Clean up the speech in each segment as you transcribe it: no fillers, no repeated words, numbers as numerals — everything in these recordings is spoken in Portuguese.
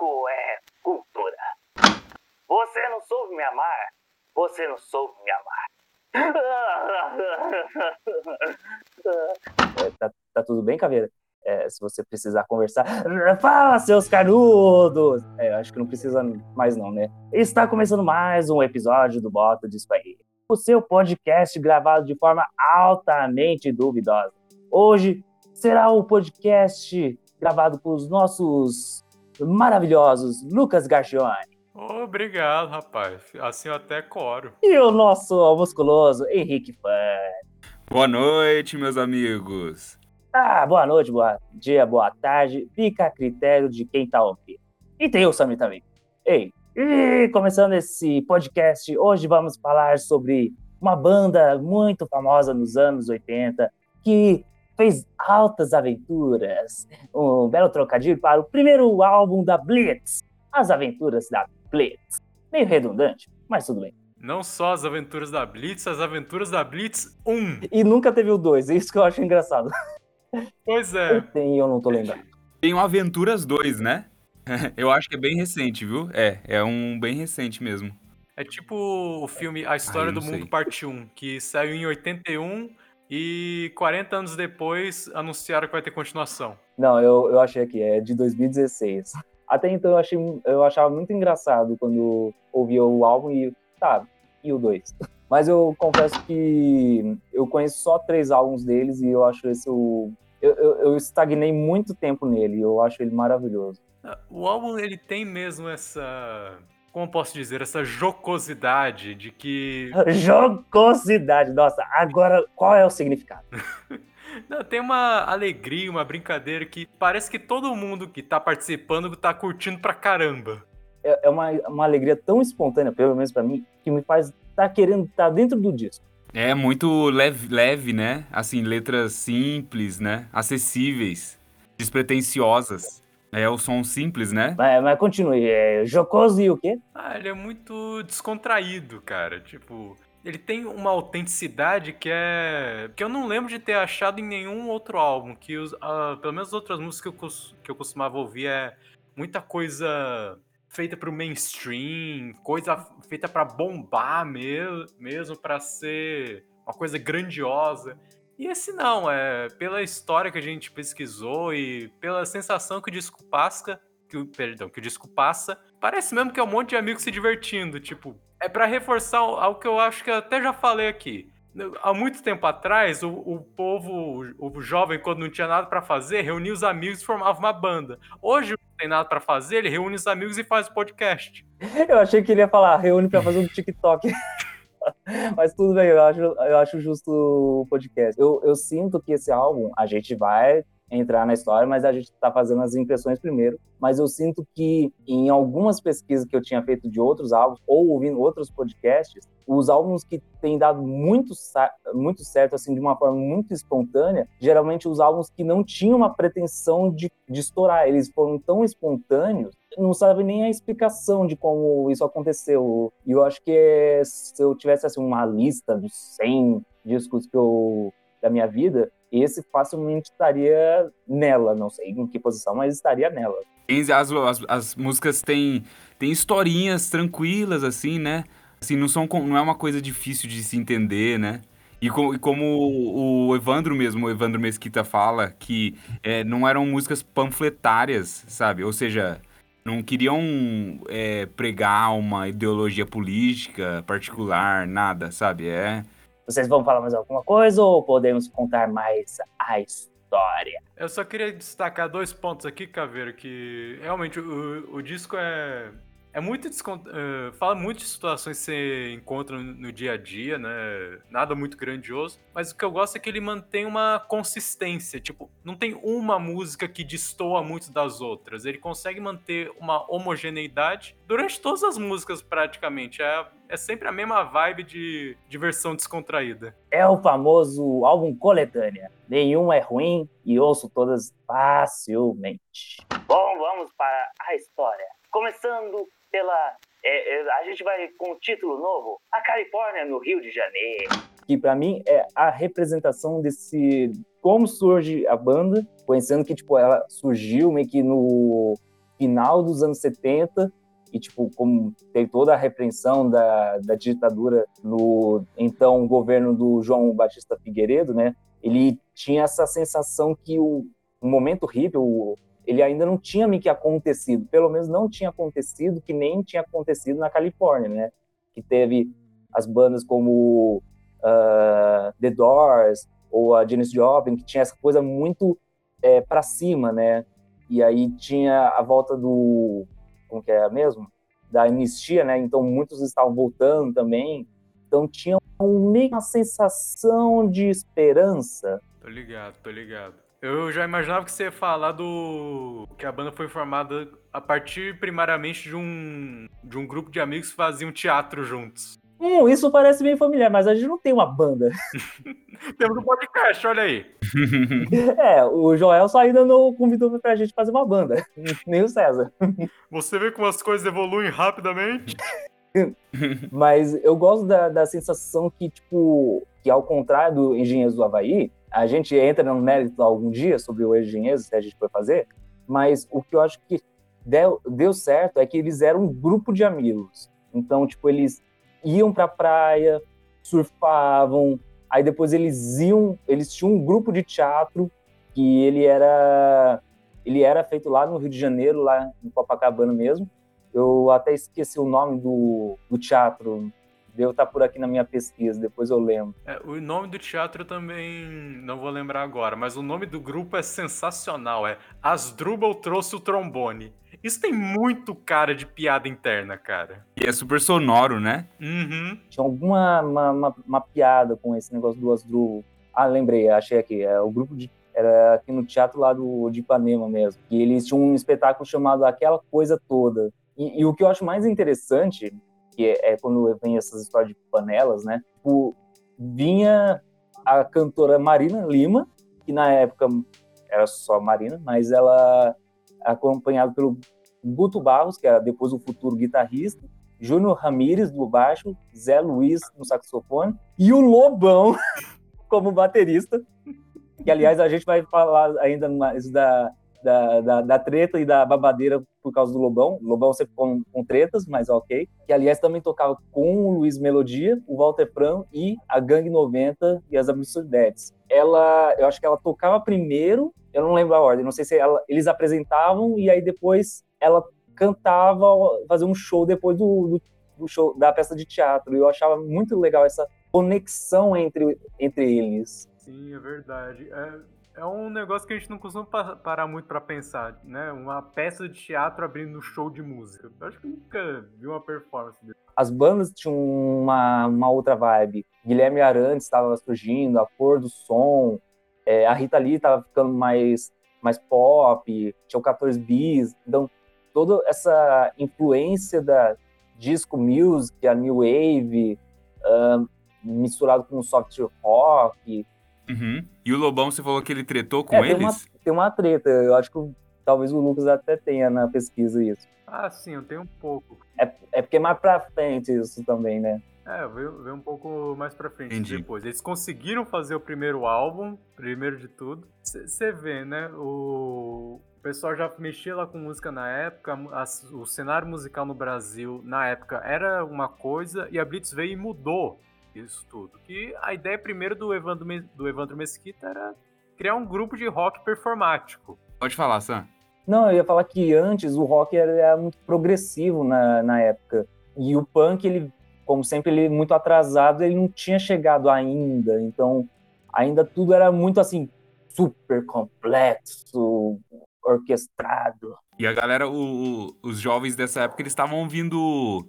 Disco é cultura. Você não soube me amar, você não soube me amar. Tá tudo bem, Caveira? Se você precisar conversar... Fala, seus canudos! Acho que não precisa mais não, né? Está começando mais um episódio do Bota Disco aí. O seu podcast gravado de forma altamente duvidosa. Hoje será o podcast gravado por os nossos maravilhosos Lucas Gargioni. Obrigado, rapaz. Assim eu até coro. E o nosso musculoso Henrique Fan. Boa noite, meus amigos. Boa noite, boa dia, boa tarde. Fica a critério de quem tá ouvindo. E tem o Samir também. E começando esse podcast, hoje vamos falar sobre uma banda muito famosa nos anos 80 que fez altas aventuras. Um belo trocadilho para o primeiro álbum da Blitz, As Aventuras da Blitz. Meio redundante, mas tudo bem. Não só As Aventuras da Blitz, As Aventuras da Blitz 1. E nunca teve o 2, é isso que eu acho engraçado. Pois é. Eu não tô lembrando. Tem o Aventuras 2, né? Eu acho que é bem recente, viu? É um bem recente mesmo. É tipo o filme A História do Mundo Parte 1, que saiu em 81 e 40 anos depois anunciaram que vai ter continuação. Não, eu achei aqui, é de 2016. Até então eu achava muito engraçado quando ouvia o álbum e o 2. Mas eu confesso que eu conheço só 3 álbuns deles e eu acho esse eu estagnei muito tempo nele, eu acho ele maravilhoso. O álbum, ele tem mesmo essa... Como posso dizer? Essa jocosidade de que... Jocosidade! Nossa, agora qual é o significado? Não, tem uma alegria, uma brincadeira que parece que todo mundo que tá participando tá curtindo pra caramba. É uma alegria tão espontânea, pelo menos pra mim, que me faz estar querendo estar dentro do disco. É muito leve, né? Assim, letras simples, né? Acessíveis, despretensiosas. É o som simples, né? Mas continue, jocoso e o quê? Ele é muito descontraído, cara. Tipo, ele tem uma autenticidade que eu não lembro de ter achado em nenhum outro álbum. Que pelo menos as outras músicas que eu costumava ouvir é muita coisa feita pro mainstream, coisa feita pra bombar mesmo, pra ser uma coisa grandiosa. E esse não, pela história que a gente pesquisou e pela sensação que o disco passa, que o disco passa, parece mesmo que é um monte de amigos se divertindo, tipo, é pra reforçar algo que eu acho que eu até já falei aqui. Há muito tempo atrás, o povo, o jovem, quando não tinha nada pra fazer, reunia os amigos e formava uma banda. Hoje, não tem nada pra fazer, ele reúne os amigos e faz o podcast. Eu achei que ele ia falar, reúne pra fazer um TikTok. Mas tudo bem, eu acho justo o podcast. Eu sinto que esse álbum, a gente vai entrar na história, mas a gente tá fazendo as impressões primeiro. Mas eu sinto que em algumas pesquisas que eu tinha feito de outros álbuns, ou ouvindo outros podcasts, os álbuns que têm dado muito certo, assim, de uma forma muito espontânea, geralmente os álbuns que não tinham uma pretensão de estourar, eles foram tão espontâneos, não sabe nem a explicação de como isso aconteceu. E eu acho que se eu tivesse assim, uma lista dos 100 discos da minha vida, esse facilmente estaria nela, não sei em que posição, mas estaria nela. As músicas têm historinhas tranquilas, assim, né? Assim, não é uma coisa difícil de se entender, né? E como o Evandro Mesquita fala, que não eram músicas panfletárias, sabe? Ou seja, não queriam pregar uma ideologia política particular, nada, sabe? Vocês vão falar mais alguma coisa ou podemos contar mais a história? Eu só queria destacar 2 pontos aqui, Caveira, que realmente o disco é muito fala muito de situações que você encontra no dia a dia, né? Nada muito grandioso. Mas o que eu gosto é que ele mantém uma consistência. Tipo, não tem uma música que destoa muito das outras. Ele consegue manter uma homogeneidade durante todas as músicas, praticamente. É sempre a mesma vibe de diversão descontraída. É o famoso álbum coletânea. Nenhum é ruim e ouço todas facilmente. Bom, vamos para a história. Começando a gente vai com o título novo, A Califórnia no Rio de Janeiro. Que pra mim é a representação desse... Como surge a banda, conhecendo que tipo, ela surgiu meio que final dos anos 70, e, tipo, como tem toda a repreensão da ditadura no, então, governo do João Batista Figueiredo, né? Ele tinha essa sensação que o momento hippie, ele ainda não tinha meio que acontecido, pelo menos não tinha acontecido, que nem tinha acontecido na Califórnia, né? Que teve as bandas como The Doors ou a Janis Joplin, que tinha essa coisa muito para cima, né? E aí tinha a volta do... como que é mesmo? Da anistia, né? Então muitos estavam voltando também. Então tinha meio uma sensação de esperança. Tô ligado. Eu já imaginava que você ia falar que a banda foi formada a partir primariamente de um grupo de amigos que faziam teatro juntos. Isso parece bem familiar, mas a gente não tem uma banda. Temos um podcast, olha aí. O Joel só ainda não convidou pra gente fazer uma banda, nem o César. Você vê como as coisas evoluem rapidamente? Mas eu gosto da sensação que, tipo, que ao contrário do Engenheiros do Havaí, a gente entra no mérito algum dia sobre o Engenheiros, que a gente foi fazer, mas o que eu acho que deu certo é que eles eram um grupo de amigos. Então, tipo, eles iam pra praia, surfavam, aí depois eles tinham um grupo de teatro que ele era feito lá no Rio de Janeiro, lá em Copacabana mesmo. Eu até esqueci o nome do teatro, deve estar por aqui na minha pesquisa, depois eu lembro. O nome do teatro eu também não vou lembrar agora, mas o nome do grupo é sensacional, é Asdrubal Trouxe o Trombone. Isso tem muito cara de piada interna, cara. E é super sonoro, né? Uhum. Tinha alguma uma piada com esse negócio do Asdrubal. Lembrei, achei aqui. O grupo era aqui no teatro lá de Ipanema mesmo. E eles tinham um espetáculo chamado Aquela Coisa Toda. E o que eu acho mais interessante, que é quando vem essas histórias de panelas, né? Vinha a cantora Marina Lima, que na época era só Marina, mas ela acompanhada pelo Guto Barros, que era depois o futuro guitarrista, Júnior Ramírez no baixo, Zé Luiz no saxofone, e o Lobão como baterista, que aliás a gente vai falar ainda mais da treta e da babadeira por causa do Lobão. O Lobão sempre com tretas, mas ok. Que aliás também tocava com o Luiz Melodia, o Walter Pram e a Gangue 90 e as Absurdettes. Eu acho que ela tocava primeiro, eu não lembro a ordem, não sei se eles apresentavam e aí depois ela cantava, fazia um show depois do show da peça de teatro. E eu achava muito legal essa conexão entre eles. Sim, é verdade. É um negócio que a gente não costuma parar muito pra pensar, né? Uma peça de teatro abrindo um show de música. Eu acho que nunca vi uma performance dele. As bandas tinham uma outra vibe. Guilherme Arantes estava surgindo, a Cor do Som, a Rita Lee estava ficando mais pop, tinha o 14 Bis. Então, toda essa influência da disco music, a new wave, misturado com o soft rock. Uhum. E o Lobão, você falou que ele tretou com eles? Tem uma treta. Eu acho que talvez o Lucas até tenha na pesquisa isso. Ah, sim, eu tenho um pouco. É porque é mais pra frente isso também, né? Veio um pouco mais pra frente. Entendi. Depois. Eles conseguiram fazer o primeiro álbum, primeiro de tudo. Você vê, né? O pessoal já mexia lá com música na época. O cenário musical no Brasil, na época, era uma coisa. E a Blitz veio e mudou isso tudo. E a ideia primeiro do Evandro Mesquita era criar um grupo de rock performático. Pode falar, Sam. Não, eu ia falar que antes o rock era muito progressivo na época. E o punk, ele, como sempre, ele muito atrasado, ele não tinha chegado ainda. Então, ainda tudo era muito assim, super complexo, orquestrado. E a galera, os jovens dessa época, eles estavam ouvindo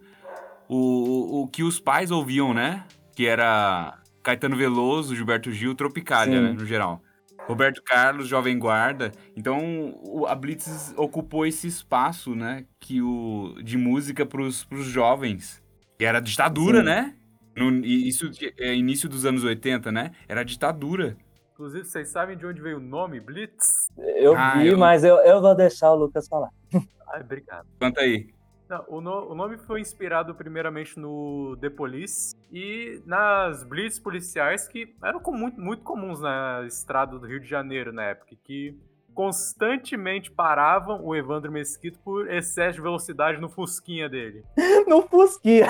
o que os pais ouviam, né? Que era Caetano Veloso, Gilberto Gil, Tropicália, né, no geral. Roberto Carlos, Jovem Guarda. Então, a Blitz ocupou esse espaço, né, de música pros jovens. E era ditadura, né? Isso é início dos anos 80, né? Era ditadura. Inclusive, vocês sabem de onde veio o nome Blitz? Mas eu vou deixar o Lucas falar. Obrigado. Conta aí. Não, o nome foi inspirado primeiramente no The Police e nas blitz policiais que eram muito, muito comuns na estrada do Rio de Janeiro na época, que constantemente paravam o Evandro Mesquita por excesso de velocidade no fusquinha dele. No Fusquinha.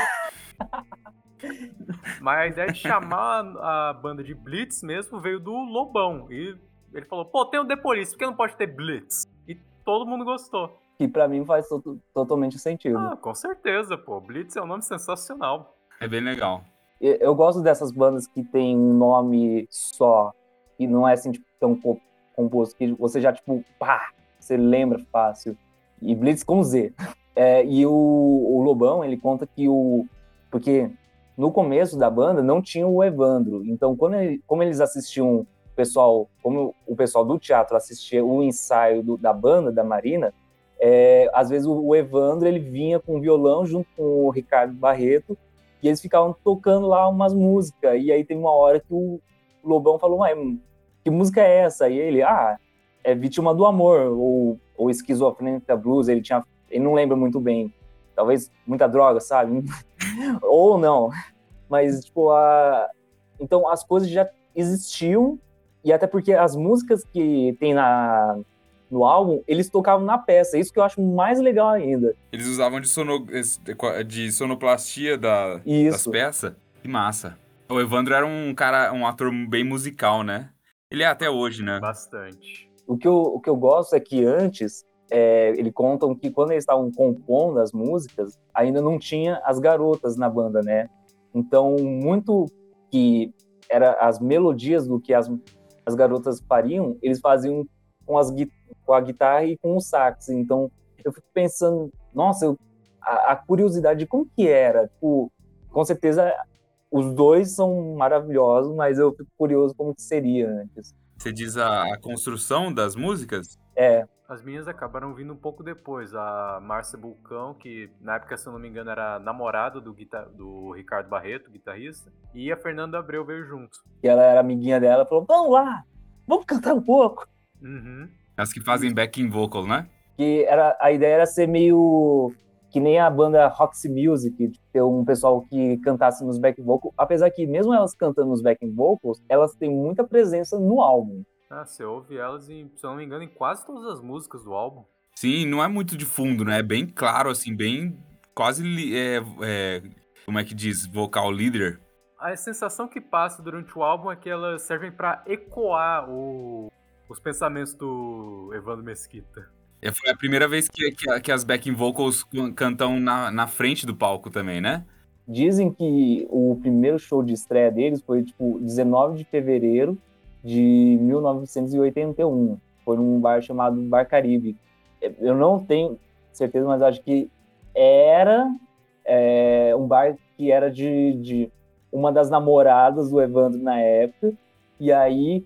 Mas a ideia de chamar a banda de Blitz mesmo veio do Lobão. E ele falou, pô, tem o The Police, por que não pode ter Blitz? E todo mundo gostou. Que pra mim faz totalmente sentido. Ah, com certeza, pô. Blitz é um nome sensacional. É bem legal. Eu gosto dessas bandas que tem um nome só. E não é assim, tipo, tão composto. Que você já, tipo, pá, você lembra fácil. E Blitz com Z. E o Lobão, ele conta que porque no começo da banda não tinha o Evandro. Então, como eles assistiam como o pessoal do teatro assistia o ensaio da banda, da Marina, às vezes o Evandro ele vinha com o violão junto com o Ricardo Barreto e eles ficavam tocando lá umas músicas. E aí tem uma hora que o Lobão falou, mas que música é essa? E ele, é Vítima do Amor, ou Esquizofrênica Blues. Ele não lembra muito bem. Talvez muita droga, sabe? Ou não. Mas, tipo, então as coisas já existiam, e até porque as músicas que tem no álbum, eles tocavam na peça. Isso que eu acho mais legal ainda. Eles usavam de sonoplastia das Isso. peças. Que massa. O Evandro era um ator bem musical, né? Ele é até hoje, né? Bastante. O que eu gosto é que antes, eles contam que quando eles estavam compondo as músicas, ainda não tinha as garotas na banda, né? Então, muito que era as melodias do que as garotas fariam, eles faziam com a guitarra e com o sax. Então, eu fico pensando, nossa, a curiosidade de como que era. Tipo, com certeza, os dois são maravilhosos, mas eu fico curioso como que seria antes. Você diz a construção das músicas? As minhas acabaram vindo um pouco depois. A Márcia Bulcão, que na época, se eu não me engano, era namorada do Ricardo Barreto, guitarrista, e a Fernanda Abreu veio junto. E ela era amiguinha dela, falou, vamos lá, vamos cantar um pouco. Uhum. As que fazem backing vocal, né? Que a ideia era ser meio que nem a banda Roxy Music, de ter um pessoal que cantasse nos back vocals, apesar que mesmo elas cantando nos backing vocals, elas têm muita presença no álbum. Você ouve elas, se eu não me engano, em quase todas as músicas do álbum. Sim, não é muito de fundo, né? É bem claro, assim, bem quase, como é que diz? Vocal leader. A sensação que passa durante o álbum é que elas servem pra ecoar os pensamentos do Evandro Mesquita. Foi a primeira vez que as backing vocals cantam na frente do palco também, né? Dizem que o primeiro show de estreia deles foi, tipo, 19 de fevereiro de 1981. Foi num bar chamado Bar Caribe. Eu não tenho certeza, mas acho que era um bar que era de uma das namoradas do Evandro na época. E aí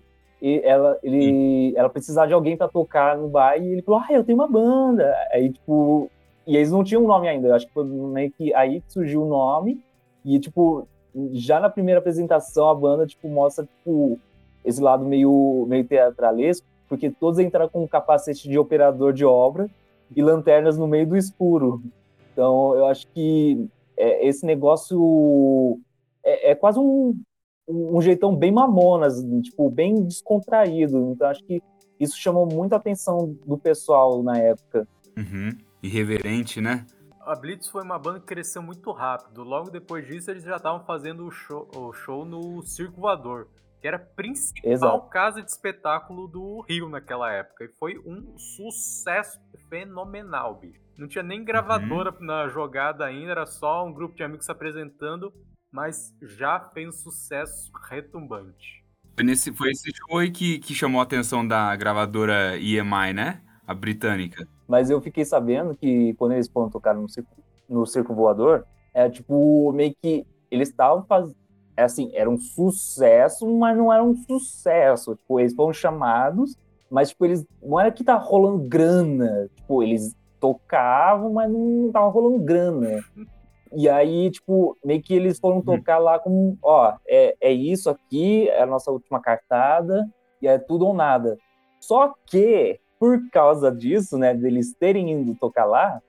ela precisava de alguém para tocar no bar e ele falou, eu tenho uma banda. Aí, tipo, e eles não tinham um nome ainda. Eu acho que foi meio que aí que surgiu o nome. E, tipo, já na primeira apresentação a banda, tipo, mostra, tipo, esse lado meio teatralesco, porque todos entraram com um capacete de operador de obra e lanternas no meio do escuro. Então, eu acho que esse negócio é quase um jeitão bem Mamonas, tipo, bem descontraído. Então, acho que isso chamou muito a atenção do pessoal na época. Uhum. Irreverente, né? A Blitz foi uma banda que cresceu muito rápido. Logo depois disso, eles já estavam fazendo o show no Circo Voador, que era a principal casa de espetáculo do Rio naquela época. E foi um sucesso fenomenal, bicho. Não tinha nem gravadora na jogada ainda, era só um grupo de amigos se apresentando, mas já fez um sucesso retumbante. Foi esse show aí que chamou a atenção da gravadora EMI, né? A britânica. Mas eu fiquei sabendo que quando eles foram tocar no Circo Voador, tipo, meio que eles estavam fazendo, assim, era um sucesso, mas não era um sucesso. Tipo, eles foram chamados, mas, tipo, eles não era que tava rolando grana. Tipo, eles tocavam, mas não tava rolando grana. E aí, tipo, meio que eles foram tocar lá como, é isso aqui, é a nossa última cartada, e é tudo ou nada. Só que, por causa disso, né, deles terem ido tocar lá,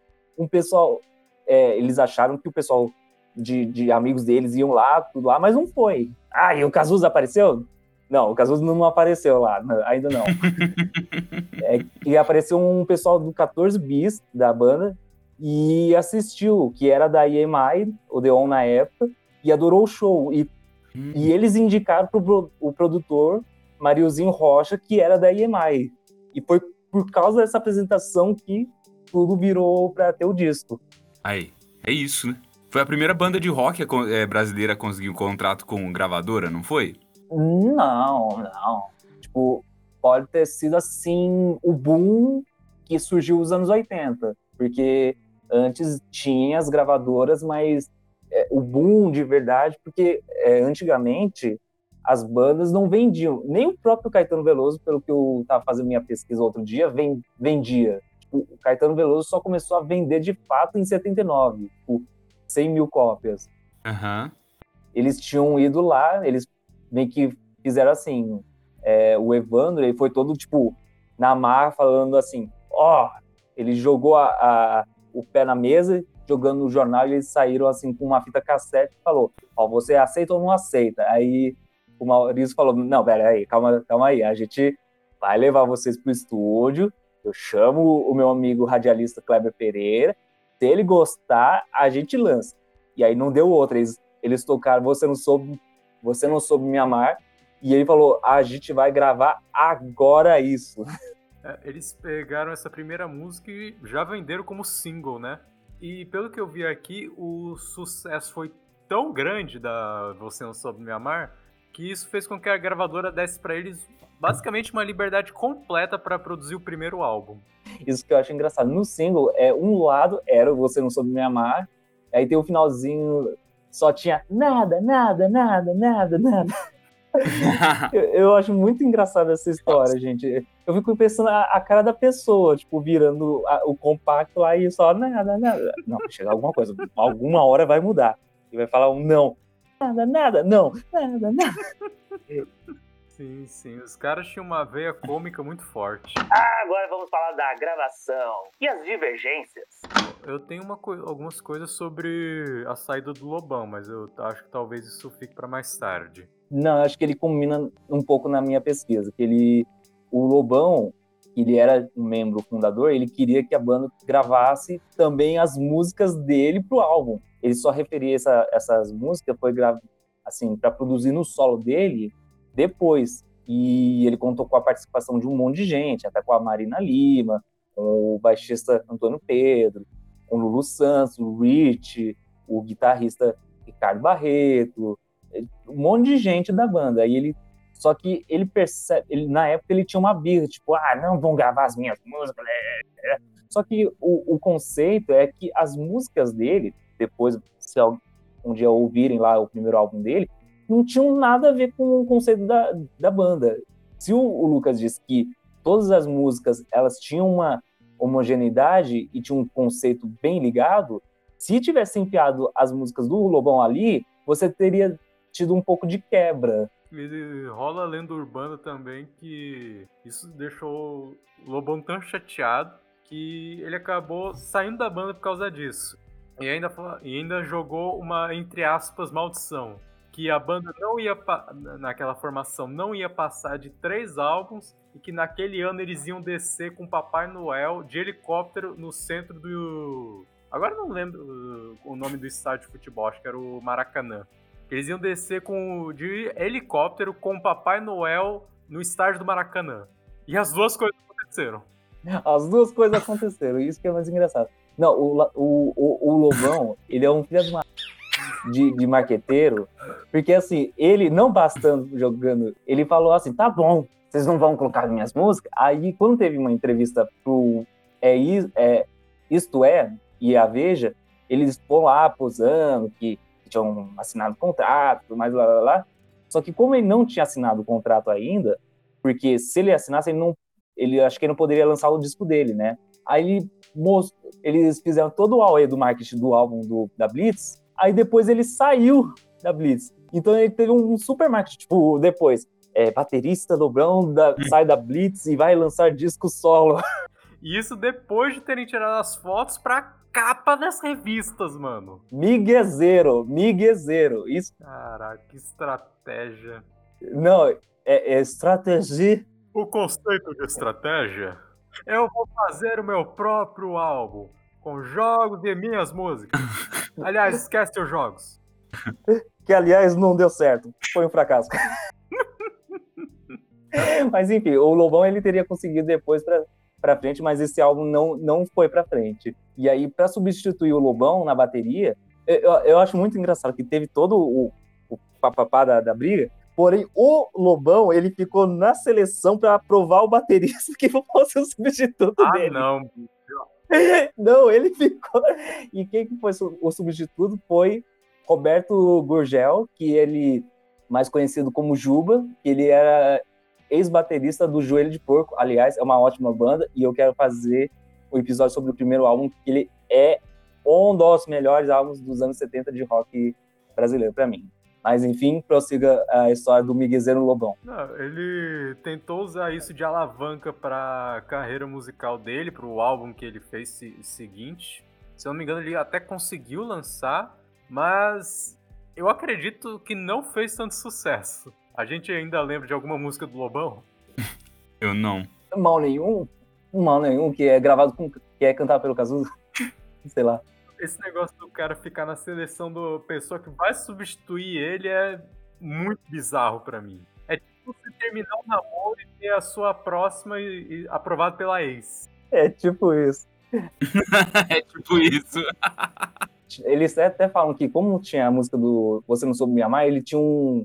eles acharam que o pessoal de amigos deles iam lá, tudo lá, mas não foi. E o Cazuza apareceu? Não, o Cazuza não apareceu lá, ainda não. E apareceu um pessoal do 14 Bis, da banda, e assistiu, que era da EMI, o Deon na época, e adorou o show. E eles indicaram o produtor, Mariozinho Rocha, que era da EMI. E foi por causa dessa apresentação que tudo virou pra ter o disco. Aí, é isso, né? Foi a primeira banda de rock brasileira a conseguir um contrato com gravadora, não foi? Não. Tipo, pode ter sido assim o boom que surgiu nos anos 80, porque antes tinha as gravadoras, mas o boom de verdade, porque antigamente as bandas não vendiam, nem o próprio Caetano Veloso, pelo que eu estava fazendo minha pesquisa outro dia, vendia. Tipo, o Caetano Veloso só começou a vender de fato em 79, tipo, 100 mil cópias. Aham. Eles tinham ido lá, eles meio que fizeram assim, o Evandro, ele foi todo, tipo, na marra, falando assim, ele jogou o pé na mesa, jogando no jornal, e eles saíram, assim, com uma fita cassete, e falou, você aceita ou não aceita? Aí o Maurício falou, não, pera aí, calma aí, a gente vai levar vocês pro estúdio, eu chamo o meu amigo radialista Kleber Pereira, se ele gostar, a gente lança. E aí não deu outra, eles tocaram Você Não Soube Me Amar, e ele falou, a gente vai gravar agora isso. Eles pegaram essa primeira música e já venderam como single, né? E pelo que eu vi aqui, o sucesso foi tão grande da Você Não Soube Me Amar, que isso fez com que a gravadora desse pra eles basicamente uma liberdade completa para produzir o primeiro álbum. Isso que eu acho engraçado. No single, um lado era o Você Não Soube Me Amar, aí tem o finalzinho, só tinha nada. Eu acho muito engraçada essa história, gente. Eu fico pensando a cara da pessoa, tipo, virando o compacto lá e só nada. Não, vai chegar alguma coisa, alguma hora vai mudar. E vai falar um não. Nada. Sim, os caras tinham uma veia cômica muito forte. Agora vamos falar da gravação e as divergências. Eu tenho algumas coisas sobre a saída do Lobão, mas eu acho que talvez isso fique para mais tarde. Não, eu acho que ele combina um pouco na minha pesquisa, que o Lobão, ele era um membro fundador, ele queria que a banda gravasse também as músicas dele pro álbum. Ele só referia essas músicas, foi assim, para produzir no solo dele depois. E ele contou com a participação de um monte de gente, até com a Marina Lima, com o baixista Antônio Pedro, com o Lulu Santos, o Rich, o guitarrista Ricardo Barreto, um monte de gente da banda. Só que ele percebe, na época ele tinha uma birra, tipo, não vão gravar as minhas músicas. Só que o conceito é que as músicas dele, depois, se um dia ouvirem lá o primeiro álbum dele, não tinham nada a ver com o conceito da banda. Se o Lucas disse que todas as músicas elas tinham uma homogeneidade e tinham um conceito bem ligado, se tivesse enfiado as músicas do Lobão ali, você teria tido um pouco de quebra. E rola a lenda urbana também que isso deixou o Lobão tão chateado que ele acabou saindo da banda por causa disso. E ainda jogou uma, entre aspas, maldição. Que a banda naquela formação não ia passar de 3 álbuns e que naquele ano eles iam descer com Papai Noel de helicóptero no centro do... Agora eu não lembro o nome do estádio de futebol, acho que era o Maracanã. Eles iam descer de helicóptero com Papai Noel no estádio do Maracanã. E as duas coisas aconteceram. As duas coisas aconteceram, isso que é mais engraçado. Não, o Lobão, ele é um filho de marqueteiro, porque assim, ele não bastando jogando, ele falou assim, tá bom, vocês não vão colocar minhas músicas? Aí, quando teve uma entrevista pro Isto É, e a Veja, eles foram lá posando que tinham assinado contrato, tudo mais, lá. Só que como ele não tinha assinado o contrato ainda, porque se ele assinasse, ele acho que ele não poderia lançar o disco dele, né? Aí eles fizeram todo o auê do marketing do álbum da Blitz, aí depois ele saiu da Blitz. Então ele teve um super marketing, tipo, depois, baterista Lobão sai da Blitz e vai lançar disco solo. E isso depois de terem tirado as fotos pra capa das revistas, mano. Miguezeiro. Isso. Caraca, que estratégia. Não, É estratégia. O conceito de estratégia, eu vou fazer o meu próprio álbum, com jogos e minhas músicas. Aliás, esquece os jogos. Que, aliás, não deu certo. Foi um fracasso. Mas, enfim, o Lobão, ele teria conseguido depois pra frente, mas esse álbum não foi pra frente. E aí, pra substituir o Lobão na bateria, eu acho muito engraçado que teve todo o papapá da briga, porém, o Lobão, ele ficou na seleção pra aprovar o baterista que fosse o substituto dele. Não. Não, ele ficou. E quem que foi o substituto foi Roberto Gurgel, que ele, mais conhecido como Juba, que ele era ex-baterista do Joelho de Porco. Aliás, é uma ótima banda, e eu quero fazer um episódio sobre o primeiro álbum, que ele é um dos melhores álbuns dos anos 70 de rock brasileiro, para mim. Mas, enfim, prossiga a história do Miguezeiro Lobão. Não, ele tentou usar isso de alavanca para a carreira musical dele, para o álbum que ele fez seguinte. Se eu não me engano, ele até conseguiu lançar, mas eu acredito que não fez tanto sucesso. A gente ainda lembra de alguma música do Lobão? Eu não. Mal nenhum, que é gravado que é cantado pelo Cazuza. Sei lá. Esse negócio do cara ficar na seleção da pessoa que vai substituir ele é muito bizarro pra mim. É tipo você terminar um namoro e ter a sua próxima e aprovado pela ex. É tipo isso. É tipo isso. Eles até falam que, como tinha a música do Você Não Soube Me Amar, ele tinha um...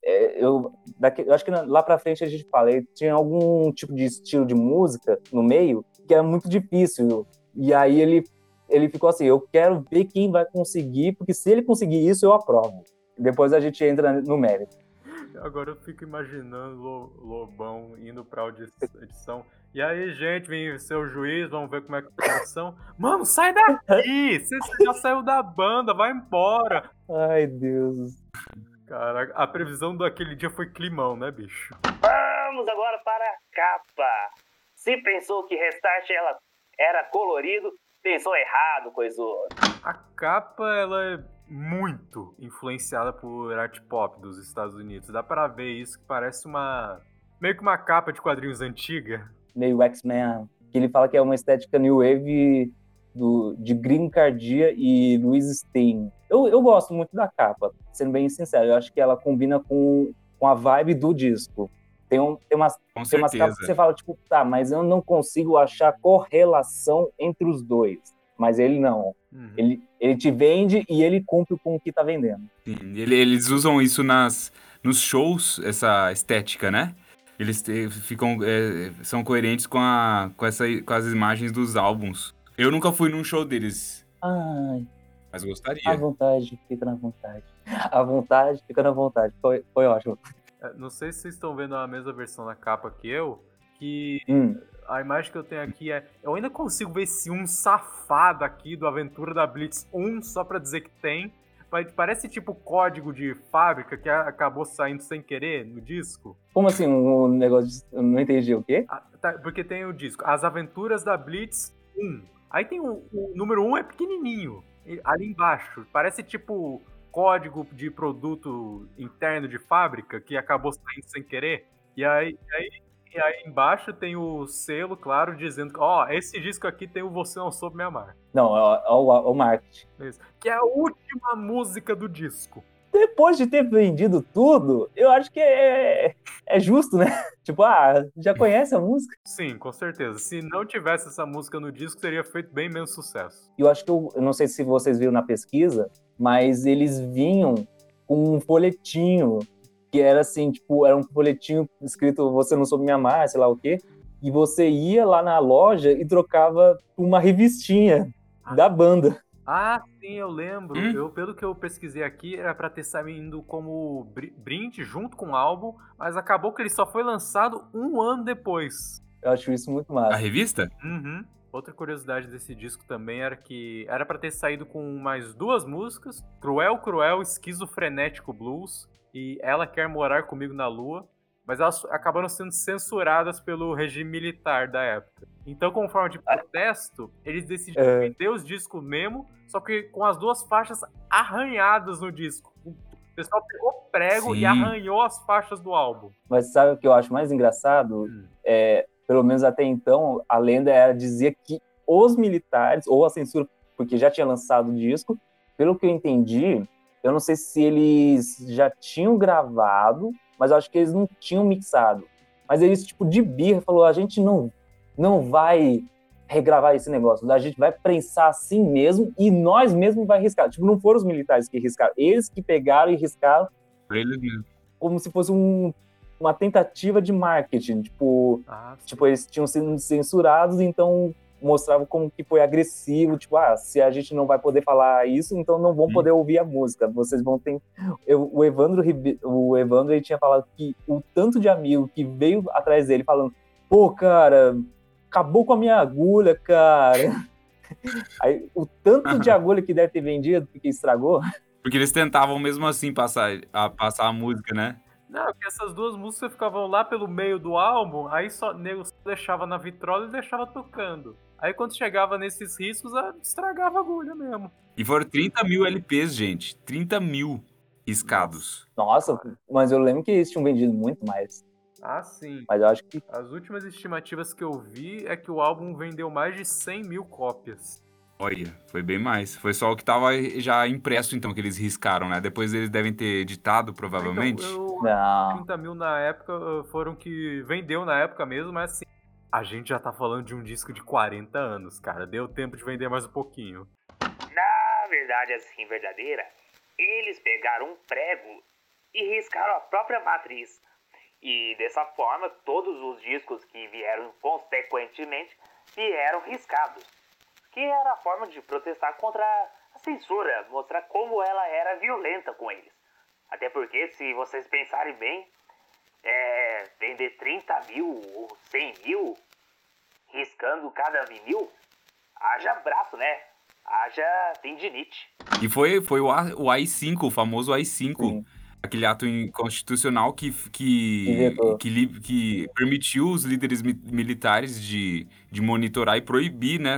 eu acho que lá pra frente a gente fala, ele tinha algum tipo de estilo de música no meio que era muito difícil. E aí ele ficou assim, eu quero ver quem vai conseguir, porque se ele conseguir isso, eu aprovo. Depois a gente entra no mérito. Agora eu fico imaginando Lobão indo pra audição. E aí, gente, vem ser o juiz, vamos ver como é que é a audição. Mano, sai daqui! Você já saiu da banda, vai embora! Ai, Deus. Cara, a previsão daquele dia foi climão, né, bicho? Vamos agora para a capa. Se pensou que Restart ela era colorido, pensou errado, coisou. A capa, ela é muito influenciada por art pop dos Estados Unidos. Dá pra ver isso, que parece meio que uma capa de quadrinhos antiga. Meio X-Men, que ele fala que é uma estética new wave de Green Cardia e Louis Stein. Eu gosto muito da capa, sendo bem sincero. Eu acho que ela combina com a vibe do disco. Tem umas capas que você fala, tipo, tá, mas eu não consigo achar correlação entre os dois. Mas ele não. Uhum. Ele te vende e ele cumpre com o que tá vendendo. Sim, eles usam isso nos shows, essa estética, né? Eles são coerentes com as imagens dos álbuns. Eu nunca fui num show deles. Ai. Mas gostaria. À vontade, fica na vontade. À vontade, fica na vontade. Foi ótimo. Não sei se vocês estão vendo a mesma versão da capa que eu, que a imagem que eu tenho aqui é... Eu ainda consigo ver esse safado aqui do Aventura da Blitz 1, só pra dizer que tem. Parece tipo código de fábrica que acabou saindo sem querer no disco. Como assim, um negócio... Eu não entendi o quê? Tá, porque tem o disco, As Aventuras da Blitz 1. Aí tem o número 1 é pequenininho, ali embaixo. Parece tipo... código de produto interno de fábrica que acabou saindo sem querer. E aí embaixo tem o selo, claro, dizendo que esse disco aqui tem o Você Não Soube Me Amar. Não, é o marketing. Isso. Que é a última música do disco. Depois de ter vendido tudo, eu acho que é justo, né? Tipo, já conhece a música? Sim, com certeza. Se não tivesse essa música no disco, teria feito bem menos sucesso. Eu acho que, eu não sei se vocês viram na pesquisa, mas eles vinham com um folhetinho, que era assim, tipo, era um folhetinho escrito Você Não Soube Me Amar, sei lá o quê, e você ia lá na loja e trocava uma revistinha da banda. Ah, sim, eu lembro. Pelo que eu pesquisei aqui, era pra ter saído como brinde junto com o álbum, mas acabou que ele só foi lançado 1 ano depois. Eu acho isso muito massa. A revista? Uhum. Outra curiosidade desse disco também era que era pra ter saído com mais 2 músicas, Cruel, Cruel, Esquizofrenético Blues e Ela Quer Morar Comigo na Lua, mas elas acabaram sendo censuradas pelo regime militar da época. Então, como forma de protesto, eles decidiram vender os discos mesmo, só que com as 2 faixas arranhadas no disco, O pessoal pegou prego e Sim. arranhou as faixas do álbum. Mas sabe o que eu acho mais engraçado? Pelo menos até então, a lenda dizia que os militares, ou a censura, porque já tinha lançado o disco, pelo que eu entendi, eu não sei se eles já tinham gravado, mas eu acho que eles não tinham mixado. Mas eles, tipo, de birra, falou, a gente não vai regravar esse negócio, a gente vai prensar assim mesmo e nós mesmos vai riscar. Tipo, não foram os militares que riscaram, eles que pegaram e riscaram Pra eles mesmo. como se fosse uma tentativa de marketing. Tipo, eles tinham sido censurados, então mostrava como que foi agressivo. Tipo, se a gente não vai poder falar isso, então não vão poder ouvir a música. Vocês vão ter... O Evandro ele tinha falado que o tanto de amigo que veio atrás dele falando, pô, cara, acabou com a minha agulha, cara. Aí, o tanto de agulha que deve ter vendido, porque estragou. Porque eles tentavam mesmo assim passar a música, né? Não, porque essas duas músicas ficavam lá pelo meio do álbum, aí só nego só deixava na vitrola e deixava tocando. Aí quando chegava nesses riscos, estragava a agulha mesmo. E foram 30 mil LPs, gente. 30 mil riscados. Nossa, mas eu lembro que eles tinham vendido muito mais. Ah, sim. Mas eu acho que... As últimas estimativas que eu vi é que o álbum vendeu mais de 100 mil cópias. Olha, foi bem mais. Foi só o que tava já impresso, então, que eles riscaram, né? Depois eles devem ter editado, provavelmente. Então, Não. 30 mil na época foram que vendeu na época mesmo, mas assim, a gente já tá falando de um disco de 40 anos, cara. Deu tempo de vender mais um pouquinho. Na verdade, assim, verdadeira, eles pegaram um prego e riscaram a própria matriz. E dessa forma, todos os discos que vieram consequentemente vieram riscados. Que era a forma de protestar contra a censura, mostrar como ela era violenta com eles. Até porque, se vocês pensarem bem, vender 30 mil ou 100 mil, riscando cada vinil, haja braço, né? Haja tendinite. E foi o AI-5, o famoso AI-5. Sim. Aquele ato inconstitucional que permitiu os líderes militares de monitorar e proibir, né,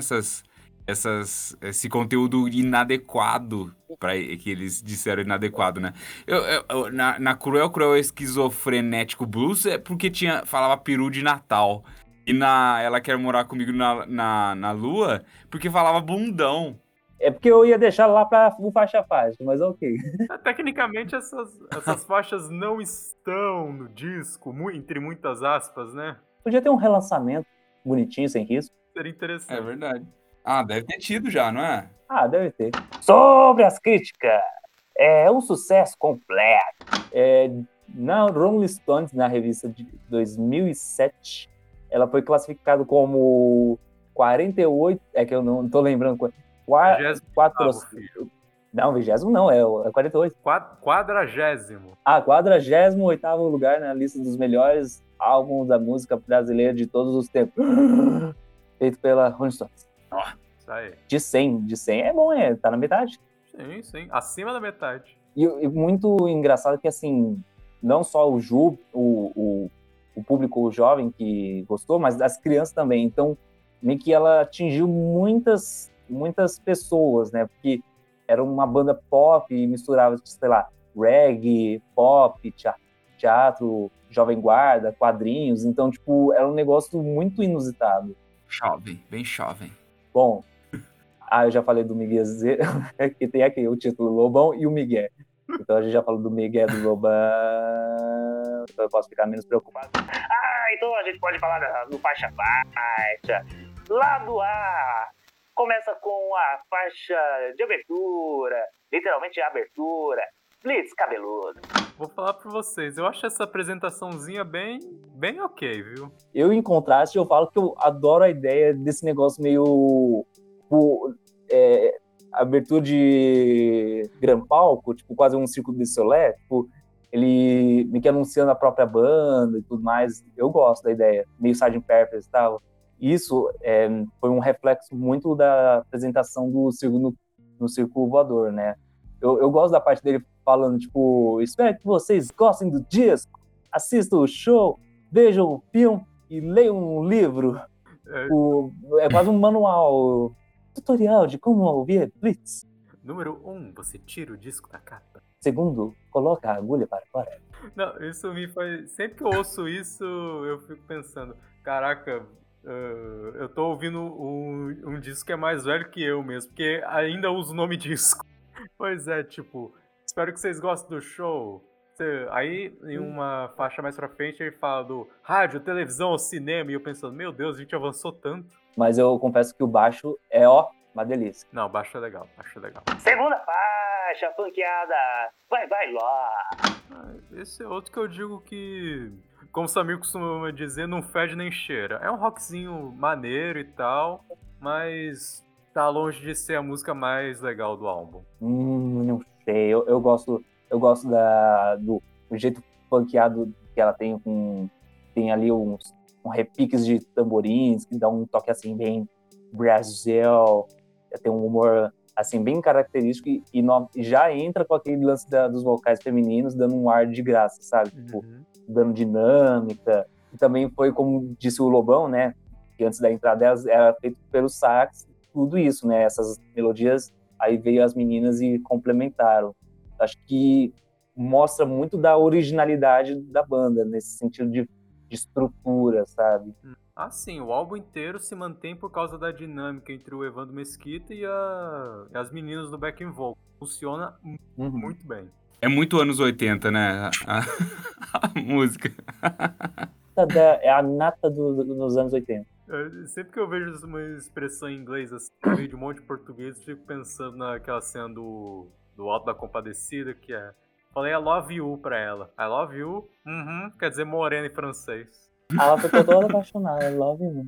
esse conteúdo inadequado, que eles disseram inadequado, né? Na Cruel Esquizofrenético Blues é porque falava peru de Natal. E Ela Quer Morar Comigo na Lua, porque falava bundão. É porque eu ia deixar lá pra o faixa a faixa, mas ok. Tecnicamente, essas faixas não estão no disco, entre muitas aspas, né? Podia ter um relançamento bonitinho, sem risco. Seria interessante. É verdade. Deve ter tido já, não é? Deve ter. Sobre as críticas, é um sucesso completo. Na Rolling Stones, na revista de 2007, ela foi classificada como 48... É que eu não tô lembrando... 28º. Não, 20º não, é 48. 40º. 48º lugar na lista dos melhores álbuns da música brasileira de todos os tempos. Feito pela Rolling Stones. Isso aí. De 100 é bom, tá na metade. Sim, acima da metade. E muito engraçado que, assim, não só o Ju, o público jovem que gostou, mas as crianças também. Então, meio que ela atingiu muitas pessoas, né? Porque era uma banda pop e misturava, sei lá, reggae, pop, teatro, jovem guarda, quadrinhos. Então, tipo, era um negócio muito inusitado. Jovem, bem jovem. Bom, eu já falei do Miguel Z, que tem aqui o título Lobão e o Miguel. Então a gente já falou do Miguel do Lobão, então eu posso ficar menos preocupado. Então a gente pode falar do faixa a faixa. Lado A começa com a faixa de abertura, literalmente a abertura, Blitz cabeludo. Vou falar pra vocês, eu acho essa apresentaçãozinha bem ok, viu? Eu, em contraste, eu falo que eu adoro a ideia desse negócio meio... abertura de gran palco, tipo, quase um Círculo de Solé, tipo, ele meio que anunciando a própria banda e tudo mais. Eu gosto da ideia, meio Sgt. Pepper's e tal. Isso foi um reflexo muito da apresentação do no Círculo Voador, né? Eu gosto da parte dele falando, tipo, espero que vocês gostem do disco, assistam o show, vejam o filme e leiam um livro. É quase um manual, tutorial de como ouvir Blitz. Número 1, você tira o disco da capa. Segundo, coloca a agulha para fora. Não, isso me faz. Sempre que eu ouço isso, eu fico pensando: caraca, eu tô ouvindo um disco que é mais velho que eu mesmo, porque ainda uso o nome disco. Pois é, tipo, espero que vocês gostem do show. Aí, em uma faixa mais pra frente, ele fala do rádio, televisão, cinema, e eu pensando: meu Deus, a gente avançou tanto. Mas eu confesso que o baixo é, uma delícia. Não, baixo é legal, baixo é legal. Segunda faixa, funkeada. Vai lá. Esse é outro que eu digo que, como o Samir costuma dizer, não fede nem cheira. É um rockzinho maneiro e tal, mas tá longe de ser a música mais legal do álbum. Não sei. Eu gosto do jeito funkeado que ela tem, tem ali uns repiques de tamborins que dá um toque assim bem Brasil, tem um humor assim bem característico e já entra com aquele lance dos vocais femininos dando um ar de graça, sabe? Tipo, dando dinâmica. E também foi como disse o Lobão, né? Que antes da entrada delas era feito pelo sax, tudo isso, né? Essas melodias, aí veio as meninas e complementaram. Acho que mostra muito da originalidade da banda, nesse sentido de estrutura, sabe? Ah, sim, o álbum inteiro se mantém por causa da dinâmica entre o Evandro Mesquita e as meninas do backing vocal. Funciona muito bem. É muito anos 80, né? A música. É a nata dos anos 80. Sempre que eu vejo uma expressão em inglês assim, no meio de um monte de português, eu fico pensando naquela cena do Alto da Compadecida, que é... Falei I love you pra ela. I love you, quer dizer morena em francês. Ela ficou toda apaixonada, love you.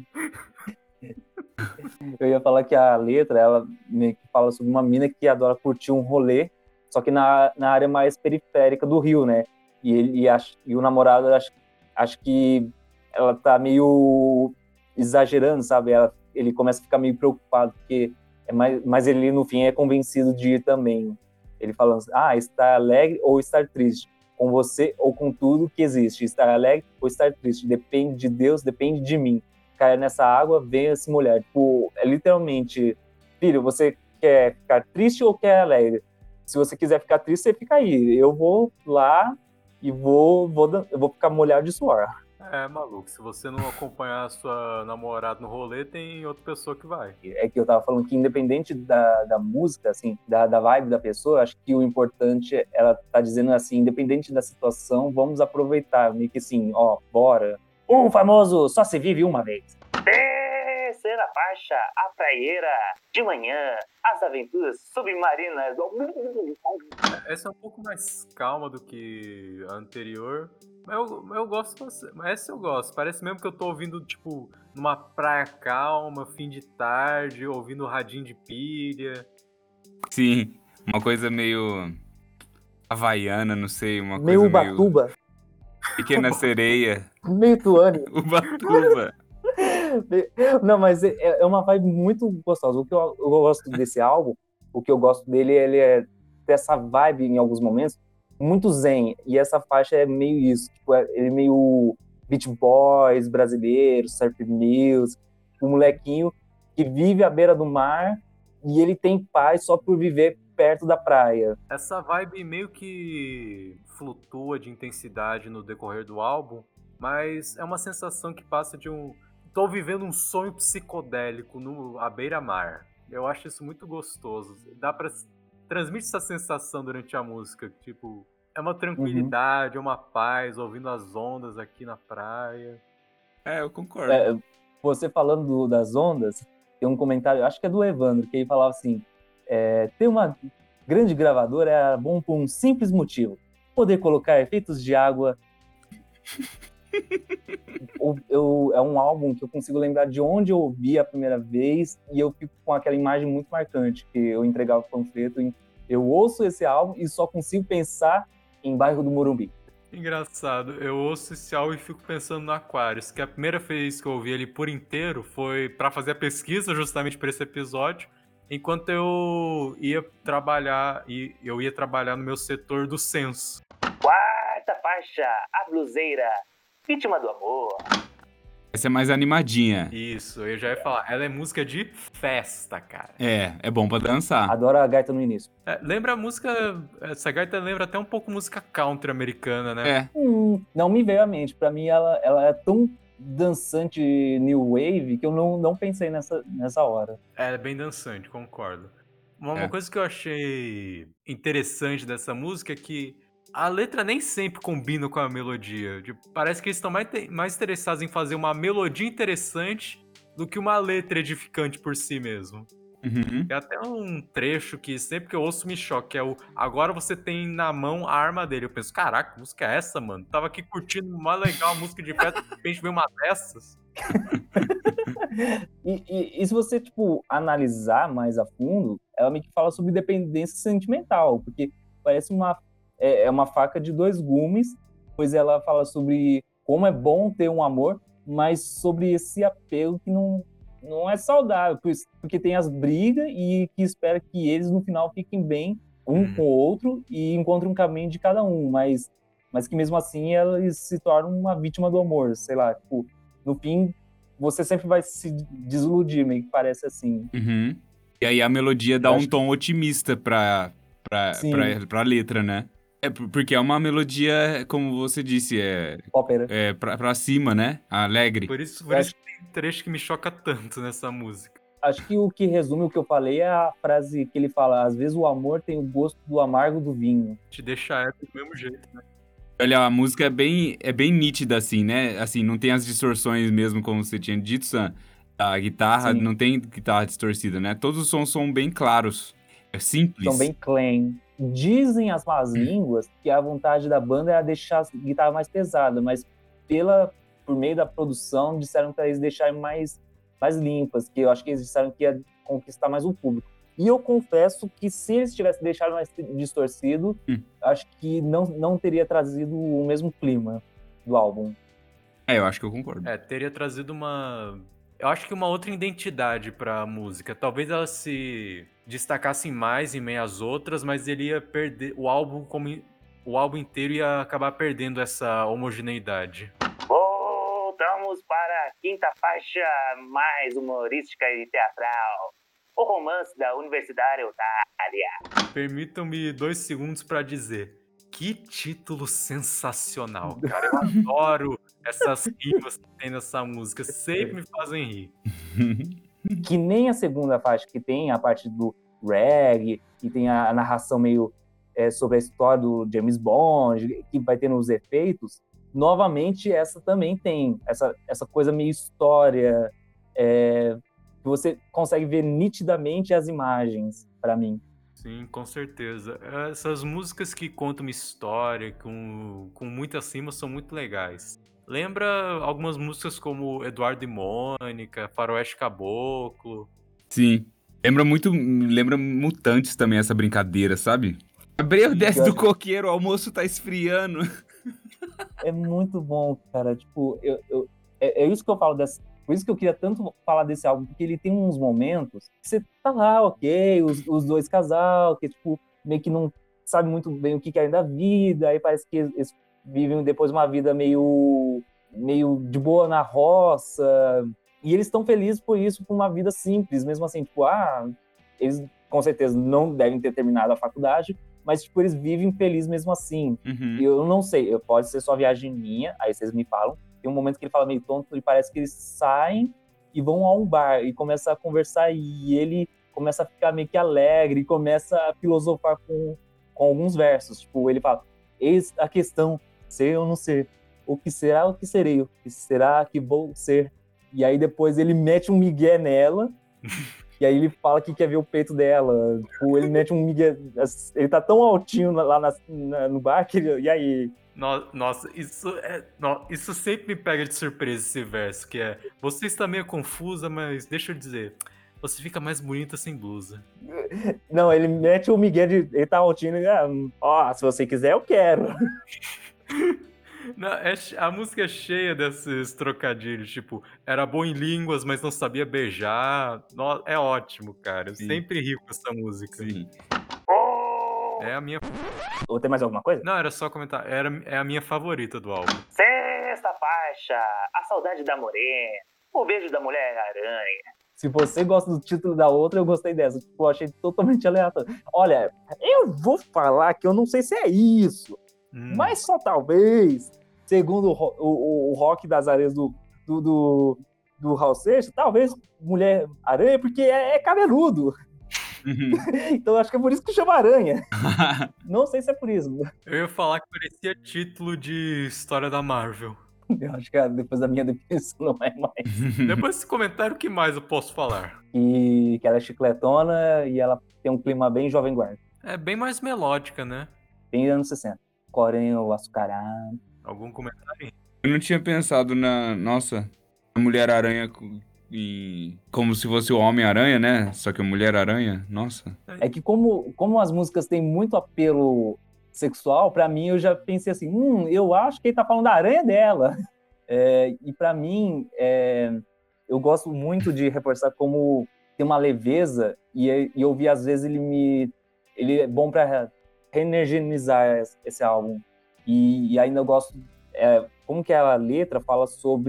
Eu ia falar que a letra, ela meio que fala sobre uma mina que adora curtir um rolê, só que na área mais periférica do Rio, né? E o namorado, acho que ela tá meio exagerando, sabe? Ele começa a ficar meio preocupado, porque mas ele, no fim, é convencido de ir também. Ele falando, estar alegre ou estar triste, com você ou com tudo que existe, estar alegre ou estar triste, depende de Deus, depende de mim. Cair nessa água, venha se molhar. Tipo, é literalmente, filho, você quer ficar triste ou quer alegre? Se você quiser ficar triste, você fica aí. Eu vou lá e eu vou ficar molhado de suor. É, maluco, se você não acompanhar a sua namorada no rolê, tem outra pessoa que vai. É que eu tava falando que independente da música, assim, da vibe da pessoa, acho que o importante, ela tá dizendo assim, independente da situação, vamos aproveitar, meio que assim, bora. O famoso só se vive uma vez. Terceira faixa, a praieira, de manhã, as aventuras submarinas. Essa é um pouco mais calma do que a anterior. Eu gosto, essa eu gosto. Parece mesmo que eu tô ouvindo, tipo, numa praia calma, fim de tarde, ouvindo radinho de pilha. Sim, uma coisa meio havaiana, não sei, uma meio coisa Ubatuba. meio Pequena Sereia. Meio Tuane. Ubatuba. Não, mas é uma vibe muito gostosa. O que eu gosto desse álbum, o que eu gosto dele, ele é dessa vibe em alguns momentos, muito zen. E essa faixa é meio isso. Tipo, ele é meio Beach Boys brasileiro, surf music, um molequinho que vive à beira do mar e ele tem paz só por viver perto da praia. Essa vibe meio que flutua de intensidade no decorrer do álbum, mas é uma sensação que passa de tô vivendo um sonho psicodélico à beira-mar. Eu acho isso muito gostoso. Dá pra transmitir essa sensação durante a música. Tipo, é uma tranquilidade, é uma paz, ouvindo as ondas aqui na praia. Eu concordo. Você falando das ondas, tem um comentário, acho que é do Evandro, que ele falava assim, ter uma grande gravadora é bom por um simples motivo. Poder colocar efeitos de água. É um álbum que eu consigo lembrar de onde eu ouvi a primeira vez e eu fico com aquela imagem muito marcante, que eu entregava o panfleto, eu ouço esse álbum e só consigo pensar em Bairro do Morumbi. Engraçado, eu ouço esse álbum e fico pensando no Aquarius, que a primeira vez que eu ouvi ele por inteiro foi para fazer a pesquisa justamente para esse episódio, enquanto eu ia trabalhar no meu setor do censo. Quarta faixa, a bluseira, vítima do amor. Essa é mais animadinha. Isso, eu já ia falar. Ela é música de festa, cara. É bom pra dançar. Adoro a gaita no início. Lembra a música. Essa gaita lembra até um pouco música country americana, né? É. Não me veio à mente. Pra mim, ela é tão dançante new wave que eu não pensei nessa hora. É bem dançante, concordo. Uma É. coisa que eu achei interessante dessa música é que a letra nem sempre combina com a melodia. Parece que eles estão mais interessados em fazer uma melodia interessante do que uma letra edificante por si mesmo. Uhum. Tem até um trecho que sempre que eu ouço me choca, que é o agora você tem na mão a arma dele. Eu penso, caraca, que música é essa, mano? Tava aqui curtindo uma legal música de festa, de repente veio uma dessas. E se você, tipo, analisar mais a fundo, ela meio que fala sobre dependência sentimental, porque parece uma faca de dois gumes, pois ela fala sobre como é bom ter um amor, mas sobre esse apego que não é saudável, porque tem as brigas e que espera que eles, no final, fiquem bem um com o outro e encontrem um caminho de cada um, mas que mesmo assim eles se tornam uma vítima do amor, sei lá, tipo, no fim você sempre vai se desiludir, meio que parece assim. Uhum. E aí a melodia dá um tom otimista pra letra, né? Porque é uma melodia, como você disse, Ópera. Pra cima, né? Alegre. Por isso tem um trecho que me choca tanto nessa música. Acho que o que resume o que eu falei é a frase que ele fala: às vezes o amor tem o gosto do amargo do vinho. Te deixa épico do mesmo jeito, né? Olha, a música é bem nítida, assim, né? Assim, não tem as distorções mesmo, como você tinha dito, Sam. A guitarra, Sim. não tem guitarra distorcida, né? Todos os sons são bem claros. É simples. São bem clean. Dizem as más línguas que a vontade da banda era deixar a guitarra mais pesada, mas por meio da produção disseram para eles deixarem mais limpas, que eu acho que eles disseram que ia conquistar mais o público. E eu confesso que se eles tivessem deixado mais distorcido, acho que não teria trazido o mesmo clima do álbum. Eu acho que eu concordo. Teria trazido eu acho que uma outra identidade pra música. Talvez ela se destacasse mais em meio às outras, mas ele ia perder o álbum inteiro ia acabar perdendo essa homogeneidade. Voltamos para a quinta faixa mais humorística e teatral. O romance da Universidade Otária. Permitam-me 2 segundos pra dizer. Que título sensacional, cara. Eu adoro essas rimas que tem nessa música. Sempre me fazem rir. Que nem a segunda faixa, que tem a parte do reggae, e tem a narração meio sobre a história do James Bond, que vai tendo os efeitos. Novamente, essa também tem essa coisa meio história, que você consegue ver nitidamente as imagens, para mim. Sim, com certeza. Essas músicas que contam uma história com muitas rimas são muito legais. Lembra algumas músicas como Eduardo e Mônica, Faroeste Caboclo. Sim. Lembra Mutantes também, essa brincadeira, sabe? Abreu, desce do coqueiro, o almoço tá esfriando. É muito bom, cara. Tipo, é isso que eu falo por isso que eu queria tanto falar desse álbum, porque ele tem uns momentos que você tá lá, ok, os dois casal, que tipo, meio que não sabe muito bem o que querem da vida, aí parece que eles vivem depois uma vida meio de boa na roça, e eles estão felizes por isso, por uma vida simples, mesmo assim, tipo, eles com certeza não devem ter terminado a faculdade, mas tipo, eles vivem felizes mesmo assim. Uhum. E eu não sei, pode ser só viagem minha, aí vocês me falam. Tem um momento que ele fala meio tonto e parece que eles saem e vão a um bar e começam a conversar e ele começa a ficar meio que alegre e começa a filosofar com alguns versos. Tipo, ele fala, eis a questão, ser ou não ser, o que será, o que serei, o que será que vou ser. E aí depois ele mete um migué nela e aí ele fala que quer ver o peito dela. Tipo, ele mete um migué, ele tá tão altinho lá no bar que e aí... Nossa, isso sempre me pega de surpresa, esse verso, que é: você está meio confusa, mas deixa eu dizer, você fica mais bonita sem blusa. Não, ele mete o migué ele tá altinho e se você quiser, eu quero. Não, a música é cheia desses trocadilhos, tipo, era bom em línguas, mas não sabia beijar. É ótimo, cara. Eu sempre rio com essa música. Sim. É a minha... Ou tem mais alguma coisa? Não, era só comentar. É a minha favorita do álbum. Sexta faixa, A Saudade da Morena, O Beijo da Mulher-Aranha. Se você gosta do título da outra, eu gostei dessa. Tipo, eu achei totalmente aleatório. Olha, eu vou falar que eu não sei se é isso, mas só talvez, segundo o Rock das Areias do Raul Seixas, talvez Mulher-Aranha, porque é cabeludo. Então acho que é por isso que chama Aranha. Não sei se é por isso. Eu ia falar que parecia título de história da Marvel. Eu acho que depois da minha definição não é mais. Depois desse comentário, o que mais eu posso falar? E que ela é chicletona e ela tem um clima bem jovem guarda. É bem mais melódica, né? Bem anos 60. Corinho, açucarado. Algum comentário? Eu não tinha pensado nossa, a Mulher-Aranha como se fosse o Homem-Aranha, né? Só que a Mulher-Aranha, nossa. É que como as músicas têm muito apelo sexual, pra mim eu já pensei assim, eu acho que ele tá falando da aranha dela. E pra mim, eu gosto muito de reforçar como tem uma leveza e eu vi às vezes ele é bom pra reenergizar esse álbum. E ainda eu gosto, como que a letra fala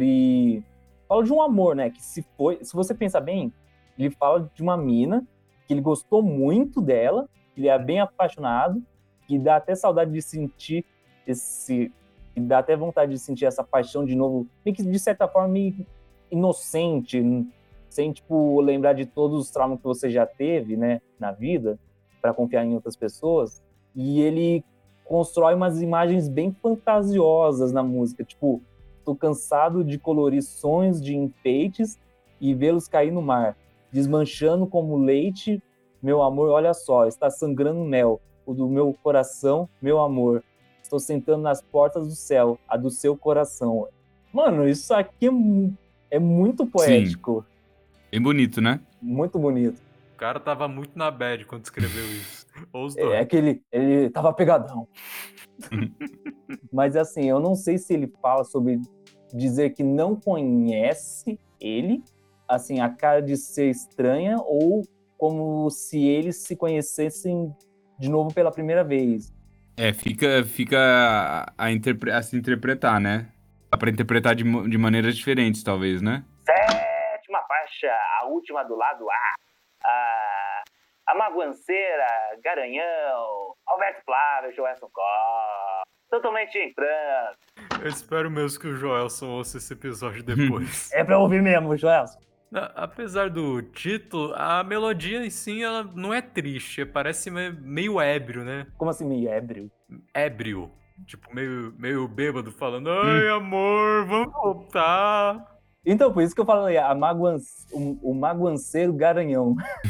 de um amor, né? Que se você pensar bem, ele fala de uma mina que ele gostou muito dela, que ele é bem apaixonado, que dá até saudade de sentir que dá até vontade de sentir essa paixão de novo, meio que de certa forma meio inocente, sem tipo lembrar de todos os traumas que você já teve, né, na vida, para confiar em outras pessoas. E ele constrói umas imagens bem fantasiosas na música, tipo, tô cansado de colorir sonhos de enfeites e vê-los cair no mar, desmanchando como leite, meu amor, olha só, está sangrando mel, o do meu coração, meu amor. Estou sentando nas portas do céu, a do seu coração. Mano, isso aqui é muito poético. Sim. Bem bonito, né? Muito bonito. O cara tava muito na bad quando escreveu isso. Ou os dois. É que ele tava pegadão. Mas assim, eu não sei se ele fala sobre dizer que não conhece ele, assim, a cara de ser estranha, ou como se eles se conhecessem de novo pela primeira vez. Fica a se interpretar, né? Dá pra interpretar de maneiras diferentes, talvez, né? Sétima faixa, a última do lado A. A Maguanceira, Garanhão, Roberto Flávio, Joelson Costa. Totalmente em branco. Eu espero mesmo que o Joelson ouça esse episódio depois. É pra ouvir mesmo, Joelson. Apesar do título, a melodia em si ela não é triste, parece meio ébrio, né? Como assim, meio ébrio? Ébrio. Tipo, meio bêbado, falando: ai, amor, vamos voltar. Então, por isso que eu falo aí, o Maguanceiro Garanhão.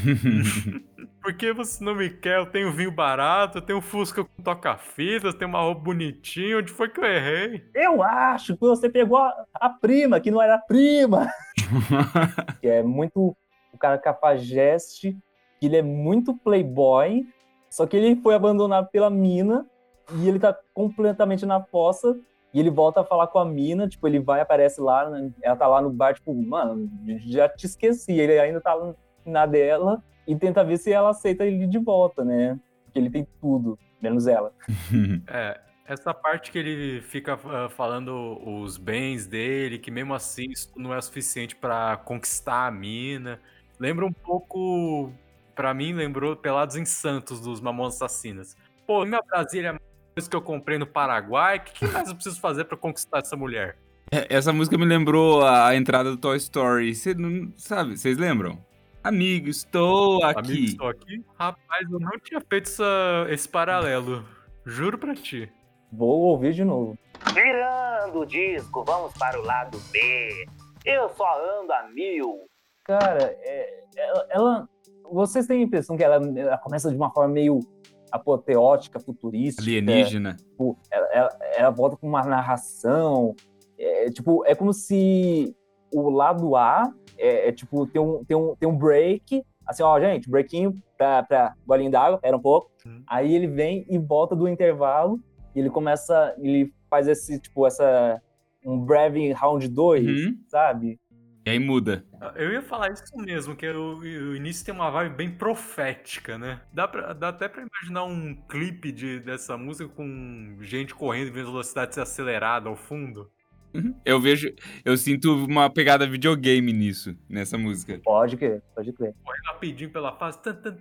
Por que você não me quer? Eu tenho vinho barato, eu tenho Fusca com toca-fitas, tenho uma roupa bonitinha. Onde foi que eu errei? Eu acho que você pegou a prima, que não era a prima. Que é muito o cara cafajeste, que ele é muito playboy, só que ele foi abandonado pela mina e ele tá completamente na fossa e ele volta a falar com a mina, tipo, ele vai, aparece lá, né? Ela tá lá no bar, tipo, mano, já te esqueci, ele ainda tá na dela e tenta ver se ela aceita ele de volta, né? Porque ele tem tudo, menos ela. Essa parte que ele fica falando os bens dele, que mesmo assim isso não é suficiente pra conquistar a mina. Lembra um pouco, pra mim, lembrou Pelados em Santos, dos Mamonas Assassinas. Pô, minha Brasília é uma coisa que eu comprei no Paraguai, o que mais eu preciso fazer pra conquistar essa mulher? Essa música me lembrou a entrada do Toy Story. Você não sabe? Vocês lembram? Amigo, estou aqui. Amigo, estou aqui? Rapaz, eu não tinha feito esse paralelo. Juro pra ti. Vou ouvir de novo. Virando o disco, vamos para o lado B. Eu só ando a 1000. Cara, vocês têm a impressão que ela começa de uma forma meio apoteótica, futurística. Alienígena. Tipo, ela volta com uma narração. É como se o lado A tipo, tem um break. Assim, ó, gente, breakinho pra golinho d'água, era um pouco. Aí ele vem e volta do intervalo e ele faz um breve round 2, sabe? E aí muda. Eu ia falar isso mesmo, que o início tem uma vibe bem profética, né? Dá até pra imaginar um clipe dessa música com gente correndo em velocidade acelerada ao fundo. Eu sinto uma pegada videogame nessa música. Pode crer, pode crer. Corre rapidinho pela fase.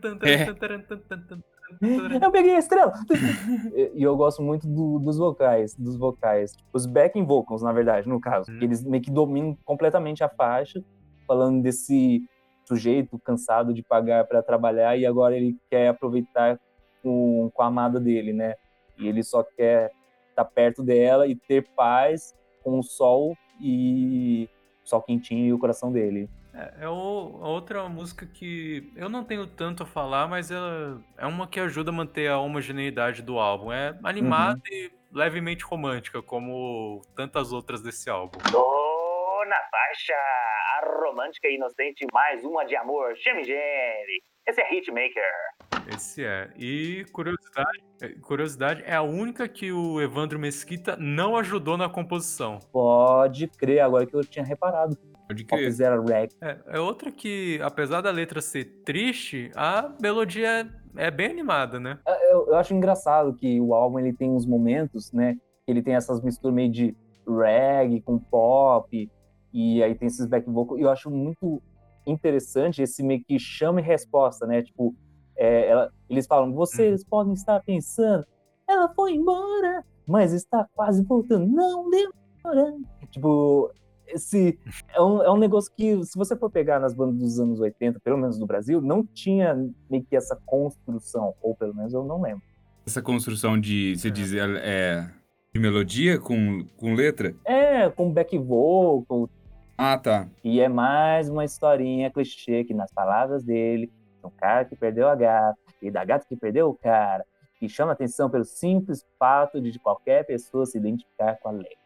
Eu peguei a estrela! E eu gosto muito dos vocais. Os backing vocals, na verdade, no caso. Eles meio que dominam completamente a faixa, falando desse sujeito cansado de pagar para trabalhar e agora ele quer aproveitar com a amada dele, né? E ele só quer estar perto dela e ter paz com o sol quentinho e o coração dele. É outra música que eu não tenho tanto a falar, mas ela é uma que ajuda a manter a homogeneidade do álbum. É animada e levemente romântica, como tantas outras desse álbum. Tô na faixa, a romântica e inocente, mais uma de amor, chame Jenny. Esse é Hitmaker. Esse é. E curiosidade, é a única que o Evandro Mesquita não ajudou na composição. Pode crer, agora que eu tinha reparado. Pode crer. Zero Rag. É outra que, apesar da letra ser triste, a melodia é bem animada, né? Eu acho engraçado que o álbum ele tem uns momentos, né? Ele tem essas misturas meio de reggae com pop, e aí tem esses back vocals. E eu acho muito interessante esse meio que chama e resposta, né? Tipo, eles falam, vocês podem estar pensando, ela foi embora, mas está quase voltando, não demora. Tipo, esse é um negócio que, se você for pegar nas bandas dos anos 80, pelo menos no Brasil, não tinha meio que essa construção, ou pelo menos eu não lembro. Essa construção de, você diz, de melodia com letra? Com back vocal. Ah, tá. E é mais uma historinha clichê que, nas palavras dele, é um cara que perdeu a gata, e da gata que perdeu o cara, que chama atenção pelo simples fato de qualquer pessoa se identificar com a lei.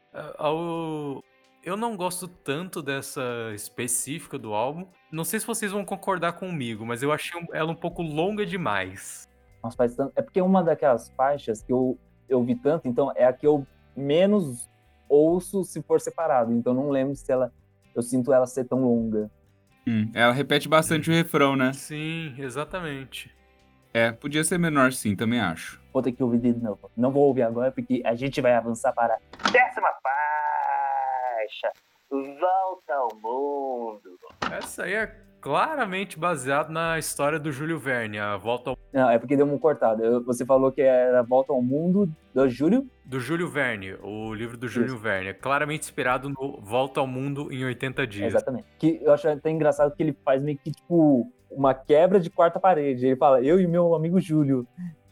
Eu não gosto tanto dessa específica do álbum. Não sei se vocês vão concordar comigo, mas eu achei ela um pouco longa demais. Nossa, faz tanto... É porque uma daquelas faixas que eu vi tanto, então é a que eu menos ouço se for separado. Então não lembro se eu sinto ela ser tão longa. Ela repete bastante o refrão, né? Sim, exatamente. Podia ser menor sim, também acho. Vou ter que ouvir de novo. Não vou ouvir agora porque a gente vai avançar para a 10ª faixa. Volta ao Mundo. Essa aí é claramente baseada na história do Júlio Verne, a Volta ao... Não, é porque deu uma cortada. Você falou que era Volta ao Mundo do Júlio? Do Júlio Verne, o livro do Júlio Verne. É claramente inspirado no Volta ao Mundo em 80 dias. Exatamente. Que eu acho até engraçado que ele faz meio que, tipo, uma quebra de quarta parede. Ele fala, eu e meu amigo Júlio.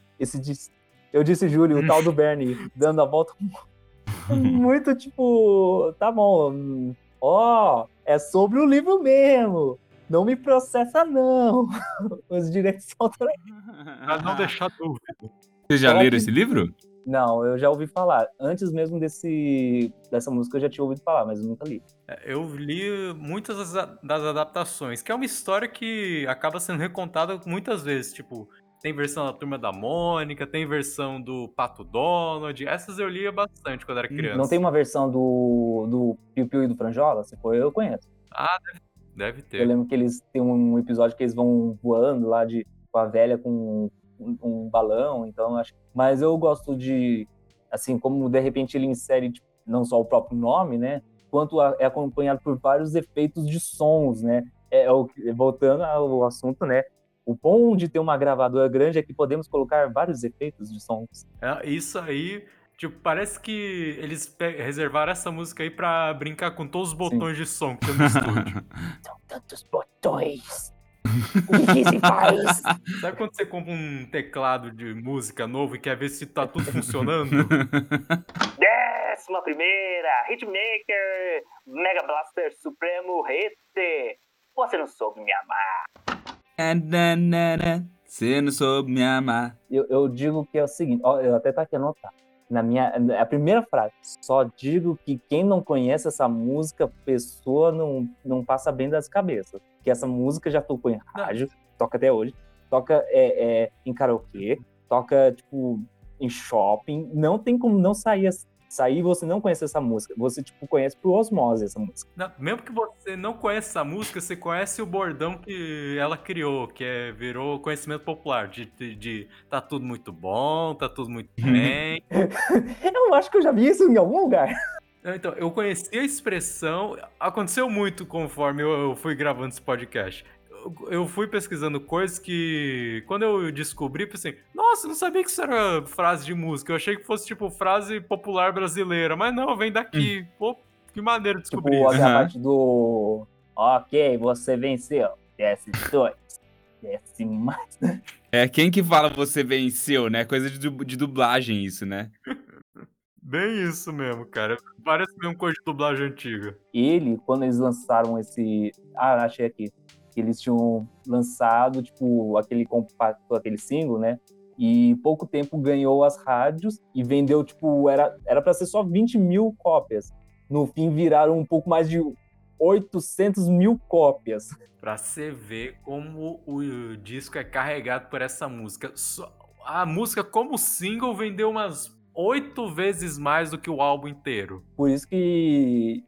Eu disse Júlio, o tal do Verne, dando a volta. Muito, tipo, tá bom. É sobre o livro mesmo. Não me processa, não. Os direitos autorais. Pra não deixar dúvida. Vocês já leram esse livro? Não, eu já ouvi falar. Antes mesmo dessa música eu já tinha ouvido falar, mas eu nunca li. Eu li muitas das adaptações, que é uma história que acaba sendo recontada muitas vezes. Tipo, tem versão da Turma da Mônica, tem versão do Pato Donald. Essas eu lia bastante quando era criança. Não tem uma versão do Piu Piu e do Franjola? Se for, eu conheço. Ah, deve ter. Eu lembro que eles têm um episódio que eles vão voando lá com a velha com um balão, então acho. Mas eu gosto de, assim, como de repente ele insere tipo, não só o próprio nome, né, quanto é acompanhado por vários efeitos de sons, né. Voltando ao assunto, né, o bom de ter uma gravadora grande é que podemos colocar vários efeitos de sons. Isso aí, tipo, parece que eles reservaram essa música aí pra brincar com todos os botões de som que tem no estúdio. São tantos botões. O que se faz? Sabe quando você compra um teclado de música novo e quer ver se tá tudo funcionando? 11ª, Hitmaker, Mega Blaster Supremo Hit. Você não soube me amar. Você não soube me amar. Eu digo que é o seguinte, eu até tá aqui anotado. A primeira frase, só digo que quem não conhece essa música, pessoa não passa bem das cabeças. Porque essa música já tocou em rádio, toca até hoje, toca em karaokê, toca, tipo, em shopping. Não tem como não sair e você não conhecer essa música. Você, tipo, conhece por osmose essa música. Não, mesmo que você não conheça essa música, você conhece o bordão que ela criou, que virou conhecimento popular, de tá tudo muito bom, tá tudo muito bem. Eu acho que eu já vi isso em algum lugar. Então, eu conheci a expressão, aconteceu muito conforme eu fui gravando esse podcast. Eu fui pesquisando coisas que, quando eu descobri, pensei, nossa, eu não sabia que isso era frase de música. Eu achei que fosse tipo frase popular brasileira, mas não, vem Hum. daqui. Pô, que maneiro descobrir Tipo, isso. aquela Aham. parte do. Ok, você venceu. Desce dois. Desce mais. É, quem que fala você venceu, né? Coisa de dublagem isso, né? Bem isso mesmo, cara. Parece mesmo coisa de dublagem antiga. Ele, quando eles lançaram esse. Ah, achei aqui. Eles tinham lançado, tipo, aquele compacto, aquele single, né? E pouco tempo ganhou as rádios e vendeu, tipo, era pra ser só 20 mil cópias. No fim, viraram um pouco mais de 800 mil cópias. Pra você ver como o disco é carregado por essa música. A música, como single, vendeu umas 8 vezes mais do que o álbum inteiro. Por isso que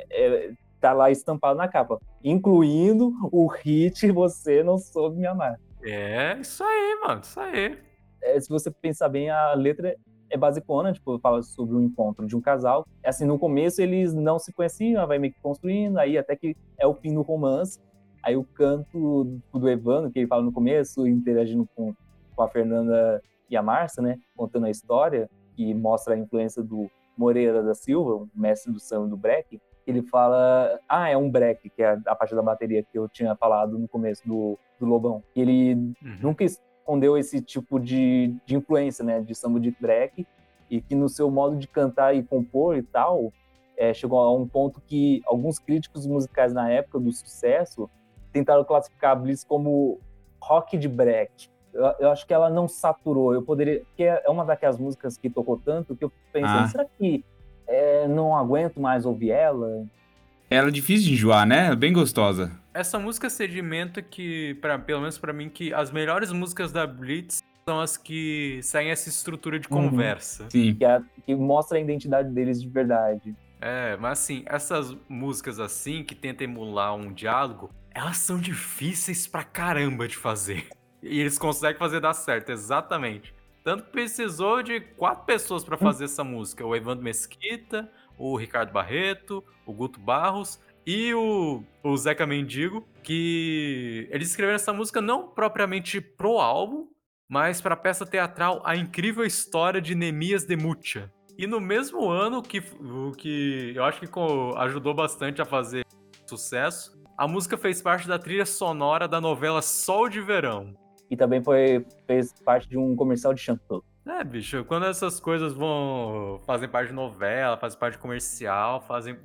tá lá estampado na capa, incluindo o hit Você Não Soube Me Amar. É, isso aí, mano, isso aí. Se você pensar bem, a letra é basicona, tipo, fala sobre o encontro de um casal. Assim, no começo eles não se conheciam, vai meio que construindo, aí até que é o fim do romance. Aí o canto do Evandro, que ele fala no começo, interagindo com a Fernanda e a Márcia, né, contando a história, que mostra a influência do Moreira da Silva, o mestre do samba do break. Ele fala, é um break, que é a parte da bateria que eu tinha falado no começo do Lobão. Ele Uhum. nunca escondeu esse tipo de influência, né, de samba de break, e que no seu modo de cantar e compor e tal, chegou a um ponto que alguns críticos musicais na época do sucesso tentaram classificar a Bliss como rock de break. Eu acho que ela não saturou. Eu poderia, porque é uma daquelas músicas que tocou tanto que eu fico pensando, Ah, será que não aguento mais ouvir ela? ela é difícil de enjoar, né? Bem gostosa. Essa música sedimenta que, pelo menos pra mim, que as melhores músicas da Blitz são as que seguem essa estrutura de Uhum. conversa. Sim. Que mostra a identidade deles de verdade. É, mas assim, essas músicas assim, que tentam emular um diálogo, elas são difíceis pra caramba de fazer. E eles conseguem fazer dar certo, exatamente. Tanto que precisou de 4 pessoas pra fazer essa música. O Evandro Mesquita, o Ricardo Barreto, o Guto Barros e o Zeca Mendigo, que eles escreveram essa música não propriamente pro álbum, mas pra peça teatral A Incrível História de Nemias de Mucha. E no mesmo ano, o que eu acho que ajudou bastante a fazer sucesso, a música fez parte da trilha sonora da novela Sol de Verão. E também fez parte de um comercial de shampoo. É, bicho, quando essas coisas fazem parte de novela, fazem parte de comercial,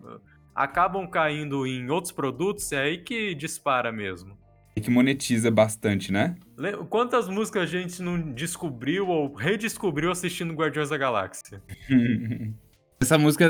acabam caindo em outros produtos, é aí que dispara mesmo. E que monetiza bastante, né? Quantas músicas a gente não descobriu ou redescobriu assistindo Guardiões da Galáxia? Essa música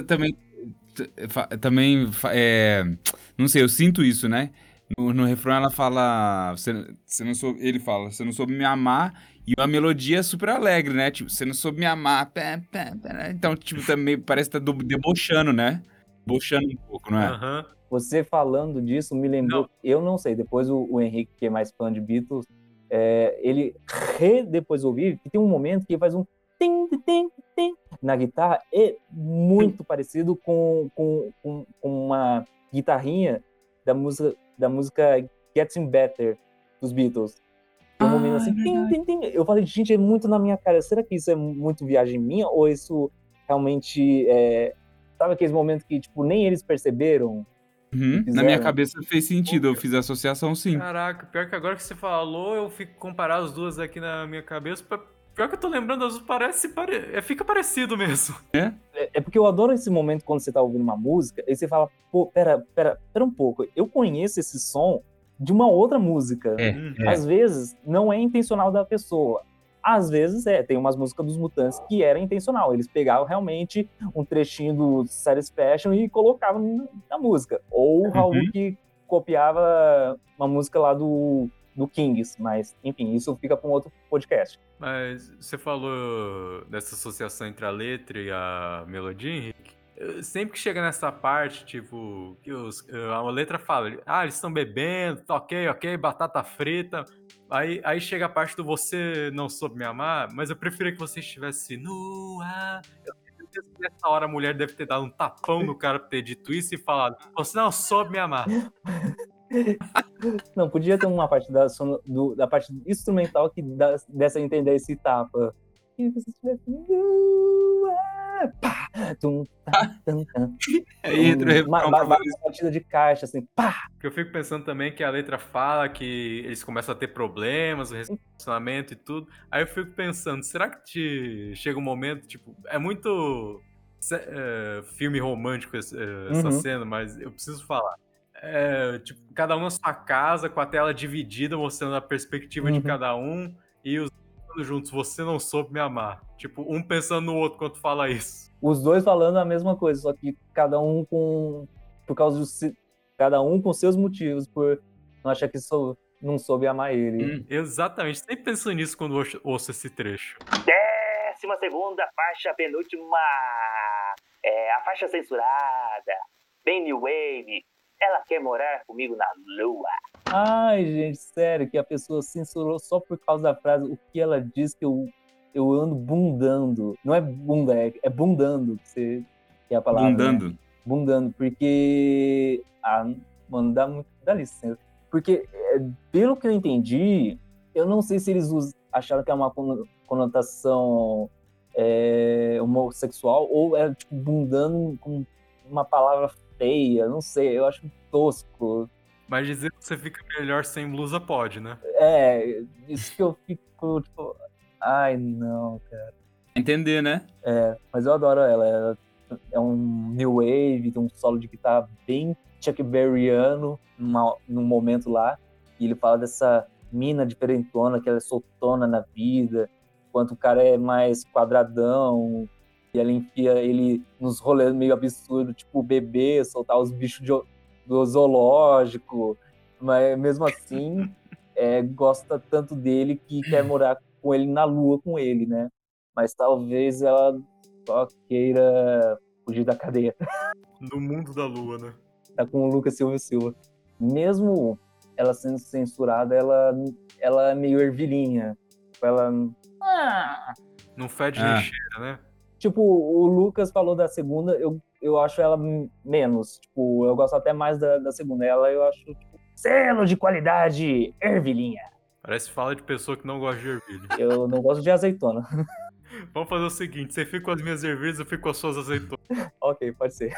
não sei, eu sinto isso, né? No refrão ela fala, você não soube, ele fala, você não soube me amar, e a melodia é super alegre, né? Tipo, você não soube me amar, né? Então, tipo, também parece que tá debochando, né? Debochando um pouco, não é? Aham. Você falando disso me Não, lembrou, eu não sei, depois o Henrique, que é mais fã de Beatles, ele depois ouvir, que tem um momento que ele faz um tim, tim, tim, na guitarra, é muito parecido com uma guitarrinha da música Getting Better dos Beatles. Tem um momento Ah, é assim, tim, verdade. tim, tim. Eu falei, gente, é muito na minha cara. Será que isso é muito viagem minha? Ou isso realmente sabe aqueles momentos que, tipo, nem eles perceberam que Na minha fizeram? cabeça fez sentido, eu pô, fiz a associação sim. caraca, pior que agora que você falou, eu fico comparar as duas aqui na minha cabeça. Pior que eu tô lembrando, as duas fica parecido mesmo. É porque eu adoro esse momento quando você tá ouvindo uma música e você fala, pô, pera um pouco, eu conheço esse som de uma outra música. É, Uhum. Às vezes não é intencional da pessoa. Às vezes tem umas músicas dos Mutantes que era intencional. Eles pegavam realmente um trechinho do Satisfaction e colocavam na música. Ou o Raul Uhum. que copiava uma música lá do Kings. Mas, enfim, isso fica para um outro podcast. Mas você falou dessa associação entre a letra e a melodia, Henrique. Sempre que chega nessa parte, tipo, que a letra fala, eles estão bebendo, tá ok, ok, batata frita. Aí chega a parte do você não soube me amar, mas eu preferia que você estivesse nua. certeza que nessa hora a mulher deve ter dado um tapão no cara por ter dito isso e falado: você não soube me amar. Não, podia ter uma parte da parte instrumental que desse a entender esse tapa. E você tivesse... Pá, tum, tá, tum, tum. Aí entra o refrão pra Uma batida de caixa, assim, pá! Porque eu fico pensando também que a letra fala que eles começam a ter problemas, o relacionamento e tudo. Aí eu fico pensando, será que chega um momento, tipo, é muito filme romântico essa Uhum. cena, mas eu preciso falar. Tipo, cada um na sua casa, com a tela dividida, mostrando a perspectiva de Uhum. cada um, e os dois juntos, você não soube me amar. Tipo, um pensando no outro quando fala isso. Os dois falando a mesma coisa, só que cada um cada um com seus motivos por não achar que não soube amar ele. Exatamente, sempre penso nisso quando ouço esse trecho. 12ª faixa, penúltima. A faixa censurada. Bem New Wave. Ela quer morar comigo na lua. Ai, gente, sério, que a pessoa censurou só por causa da frase, o que ela diz que eu ando bundando. Não é bunda, é bundando, que é a palavra. Bundando. Né? Bundando, porque... mano, dá licença. Porque, pelo que eu entendi, eu não sei se eles acharam que é uma conotação homossexual ou era, tipo, bundando com uma palavra feia, não sei, eu acho tosco. Mas dizer que você fica melhor sem blusa pode, né? Isso que eu fico, tipo... Ai, não, cara. Entender, né? Mas eu adoro ela. É um new wave, tem um solo de guitarra bem Chuck Berryano num momento lá. E ele fala dessa mina diferentona, que ela é soltona na vida, enquanto o cara é mais quadradão. E ela enfia ele nos rolês meio absurdos, tipo bebê, soltar os bichos do zoológico. Mas mesmo assim, gosta tanto dele que quer morar com ele na lua com ele, né? Mas talvez ela só queira fugir da cadeia. No mundo da lua, né? Tá com o Lucas Silva. Mesmo ela sendo censurada, ela é meio ervilhinha. Ela... Não fede nem cheira, né? Tipo, o Lucas falou da segunda, eu acho ela menos. Tipo, eu gosto até mais da segunda. Ela eu acho, tipo, selo de qualidade, ervilhinha. Parece fala de pessoa que não gosta de ervilha. Eu não gosto de azeitona. Vamos fazer o seguinte, você fica com as minhas ervilhas, eu fico com as suas azeitonas. Ok, pode ser.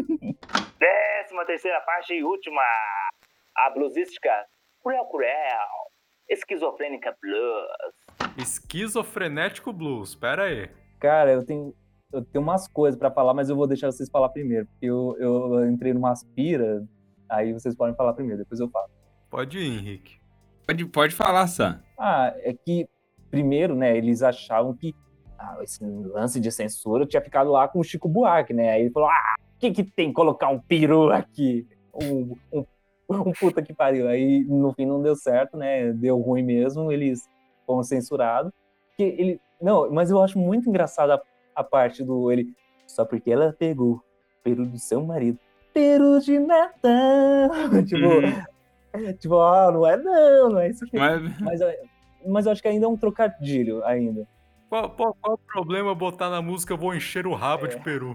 13ª faixa e última. A bluesística Cruel, Esquizofrênica Blues. Esquizofrenético Blues, pera aí. Cara, eu tenho umas coisas pra falar, mas eu vou deixar vocês falar primeiro. Porque eu entrei numa aspira, aí vocês podem falar primeiro, depois eu falo. Pode ir, Henrique. Pode falar, Sam. É que, primeiro, né, eles achavam que esse lance de censura tinha ficado lá com o Chico Buarque, né? Aí ele falou, o que tem colocar um peru aqui? Um puta que pariu. Aí, no fim, não deu certo, né? Deu ruim mesmo, eles foram censurados. Não, mas eu acho muito engraçado a parte do ele, só porque ela pegou o peru do seu marido. Peru de Natal! Tipo, não é isso aqui. Mas eu acho que ainda é um trocadilho, ainda. Qual o problema botar na música Vou Encher o Rabo de Peru?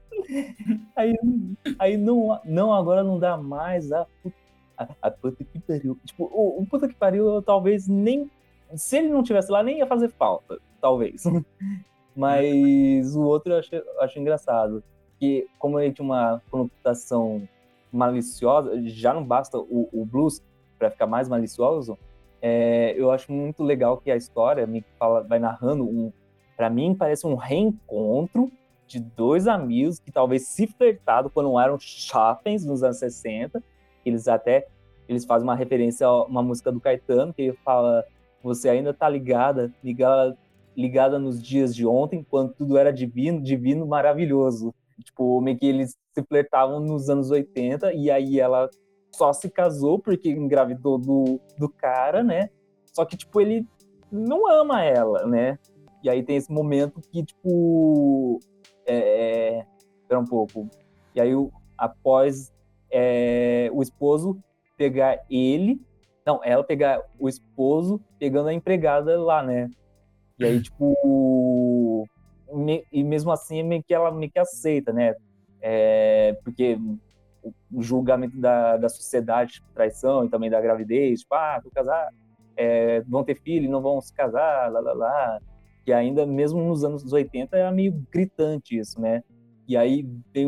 Aí não, agora não dá mais a puta que pariu. Tipo, o puta que pariu, eu talvez nem... Se ele não tivesse lá, nem ia fazer falta, talvez. Mas o outro eu acho engraçado. Que como ele tinha uma conotação maliciosa, já não basta o blues para ficar mais malicioso, eu acho muito legal que a história vai narrando, para mim parece um reencontro de dois amigos que talvez se flertaram quando eram jovens nos anos 60. Eles fazem uma referência a uma música do Caetano, que ele fala: você ainda tá ligada nos dias de ontem, quando tudo era divino, maravilhoso. Tipo, meio que eles se flertavam nos anos 80, e aí ela só se casou porque engravidou do cara, né? Só que, tipo, ele não ama ela, né? E aí tem esse momento que, tipo... Espera um pouco. E aí, após o esposo pegar ele... Não, ela pegar o esposo pegando a empregada lá, né? E aí, tipo... e mesmo assim ela meio que aceita, né? Porque o julgamento da sociedade, tipo, traição e também da gravidez, tipo, vão casar, vão ter filho e não vão se casar, lá, lá, lá. Que ainda, mesmo nos anos 80, era meio gritante isso, né? E aí tem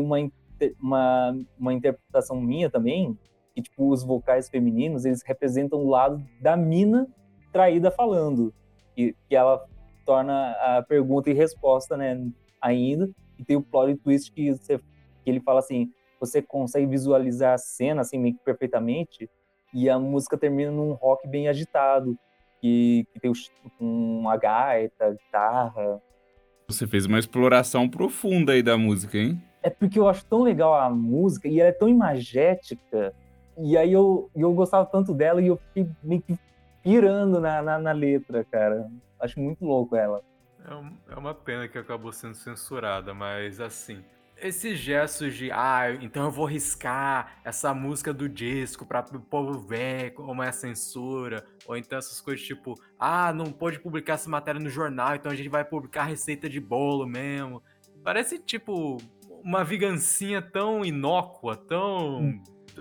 uma interpretação minha também, que, tipo, os vocais femininos, eles representam o lado da mina traída falando, que ela torna a pergunta e resposta, né, ainda, e tem o plot twist que ele fala assim, você consegue visualizar a cena, assim, meio que perfeitamente, e a música termina num rock bem agitado, que tem uma gaita, guitarra. Você fez uma exploração profunda aí da música, hein? É porque eu acho tão legal a música, e ela é tão imagética, e aí eu gostava tanto dela, e eu fiquei meio que pirando na letra, cara. Acho muito louco ela. É uma pena que acabou sendo censurada, mas assim, esses gestos de, então eu vou riscar essa música do disco pra o povo ver como é a censura, ou então essas coisas tipo, não pode publicar essa matéria no jornal, então a gente vai publicar receita de bolo mesmo. Parece tipo uma vingancinha tão inócua, tão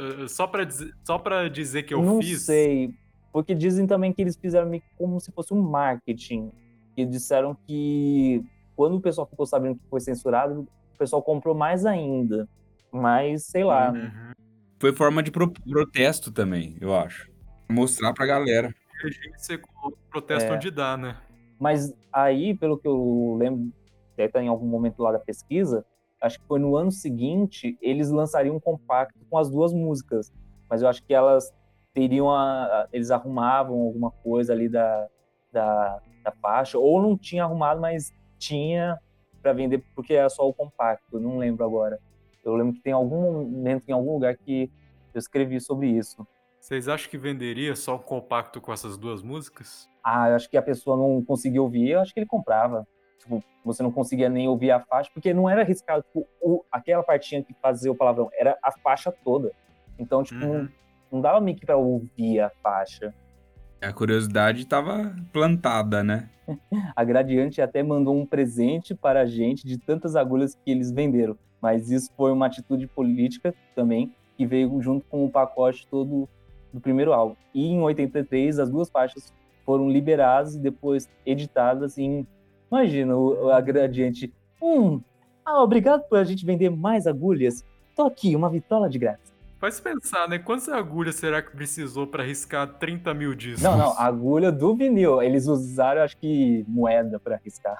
só pra dizer que eu Não fiz. sei, porque dizem também que eles fizeram meio que como se fosse um marketing. E disseram que quando o pessoal ficou sabendo que foi censurado, o pessoal comprou mais ainda. Mas, sei lá. Uhum. Foi forma de protesto também, eu acho. Mostrar pra galera. Regime secou, protesto onde dá, né? Mas aí, pelo que eu lembro, até tá em algum momento lá da pesquisa, acho que foi no ano seguinte, eles lançariam um compacto com as duas músicas. Mas eu acho que elas teriam eles arrumavam alguma coisa ali da faixa, ou não tinha arrumado, mas tinha para vender, porque era só o compacto, não lembro agora. Eu lembro que tem algum momento, em algum lugar, que eu escrevi sobre isso. Vocês acham que venderia só um compacto com essas duas músicas? Eu acho que a pessoa não conseguia ouvir, eu acho que ele comprava. Tipo, você não conseguia nem ouvir a faixa, porque não era arriscado, tipo, aquela partinha que fazia o palavrão, era a faixa toda. Então, tipo, não dava meio que pra ouvir a faixa. A curiosidade estava plantada, né? A Gradiente até mandou um presente para a gente de tantas agulhas que eles venderam. Mas isso foi uma atitude política também, que veio junto com o pacote todo do primeiro álbum. E em 83, as duas faixas foram liberadas e depois editadas em... Imagina a Gradiente. Obrigado por a gente vender mais agulhas. Tô aqui, uma vitrola de graça. Faz pensar, né? Quantas agulhas será que precisou pra riscar 30 mil discos? Não, a agulha do vinil. Eles usaram, acho que, moeda para riscar.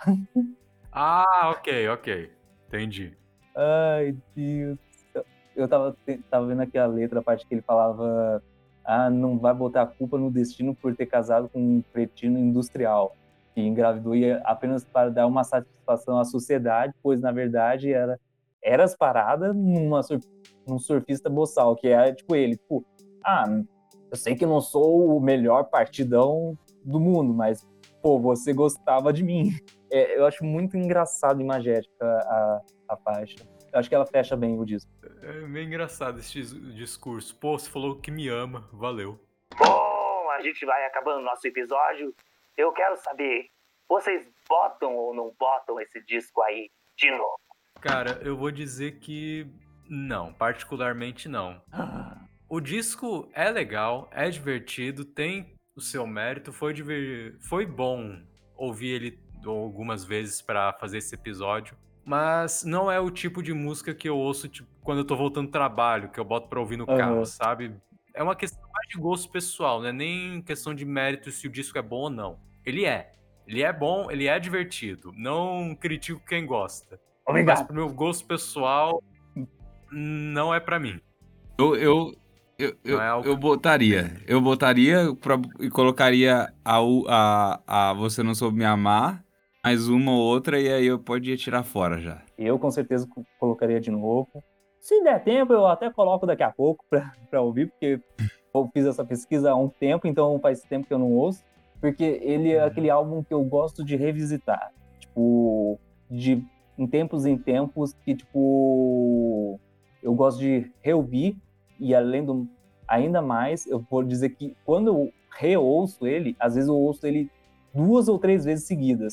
Ok. Entendi. Ai, Deus. Eu tava vendo aqui a letra, a parte que ele falava: não vai botar a culpa no destino por ter casado com um cretino industrial, que engravidou apenas para dar uma satisfação à sociedade, pois, na verdade, era as paradas num surfista boçal, que é tipo ele, tipo, eu sei que eu não sou o melhor partidão do mundo, mas, pô, você gostava de mim. Eu acho muito engraçado e magética a faixa. Eu acho que ela fecha bem o disco. É meio engraçado esse discurso. Pô, você falou que me ama, valeu. Bom, a gente vai acabando nosso episódio. Eu quero saber, vocês botam ou não botam esse disco aí de novo? Cara, eu vou dizer que não, particularmente não. O disco é legal, é divertido, tem o seu mérito, foi bom ouvir ele algumas vezes pra fazer esse episódio, mas não é o tipo de música que eu ouço tipo, quando eu tô voltando do trabalho, que eu boto pra ouvir no carro, sabe? É uma questão mais de gosto pessoal, né? Nem questão de mérito se o disco é bom ou não. Ele é bom, ele é divertido, não critico quem gosta. Obrigado. Mas pro meu gosto pessoal, não é pra mim. Não é algo Eu botaria e colocaria a Você Não Soube Me Amar, mais uma ou outra, e aí eu podia tirar fora já. Eu com certeza colocaria de novo. Se der tempo, eu até coloco daqui a pouco pra ouvir, porque eu fiz essa pesquisa há um tempo, então faz tempo que eu não ouço. Porque ele é aquele álbum que eu gosto de revisitar. Tipo, em tempos que, tipo, eu gosto de reouvir. E ainda mais, eu vou dizer que quando eu reouço ele, às vezes eu ouço ele 2 ou 3 vezes seguidas.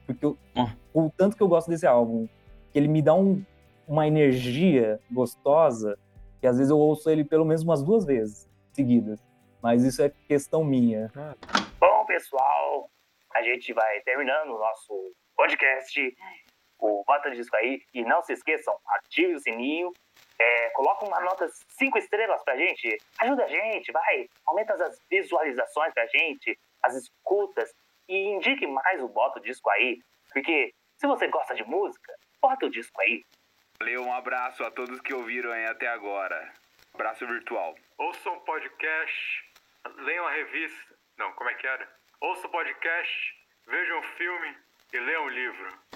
Porque o tanto que eu gosto desse álbum, que ele me dá uma energia gostosa, que às vezes eu ouço ele pelo menos umas 2 vezes seguidas. Mas isso é questão minha. Bom, pessoal, a gente vai terminando o nosso podcast, o Bota Disco aí. E não se esqueçam, ative o sininho, coloca uma nota 5 estrelas pra gente. Ajuda a gente, vai. Aumenta as visualizações pra gente, as escutas. E indique mais o Bota Disco aí. Porque se você gosta de música, bota o disco aí. Valeu, um abraço a todos que ouviram aí até agora. Abraço virtual. Ouçam podcast, leiam a revista. Não, como é que era? Ouçam podcast, vejam o filme e leiam o livro.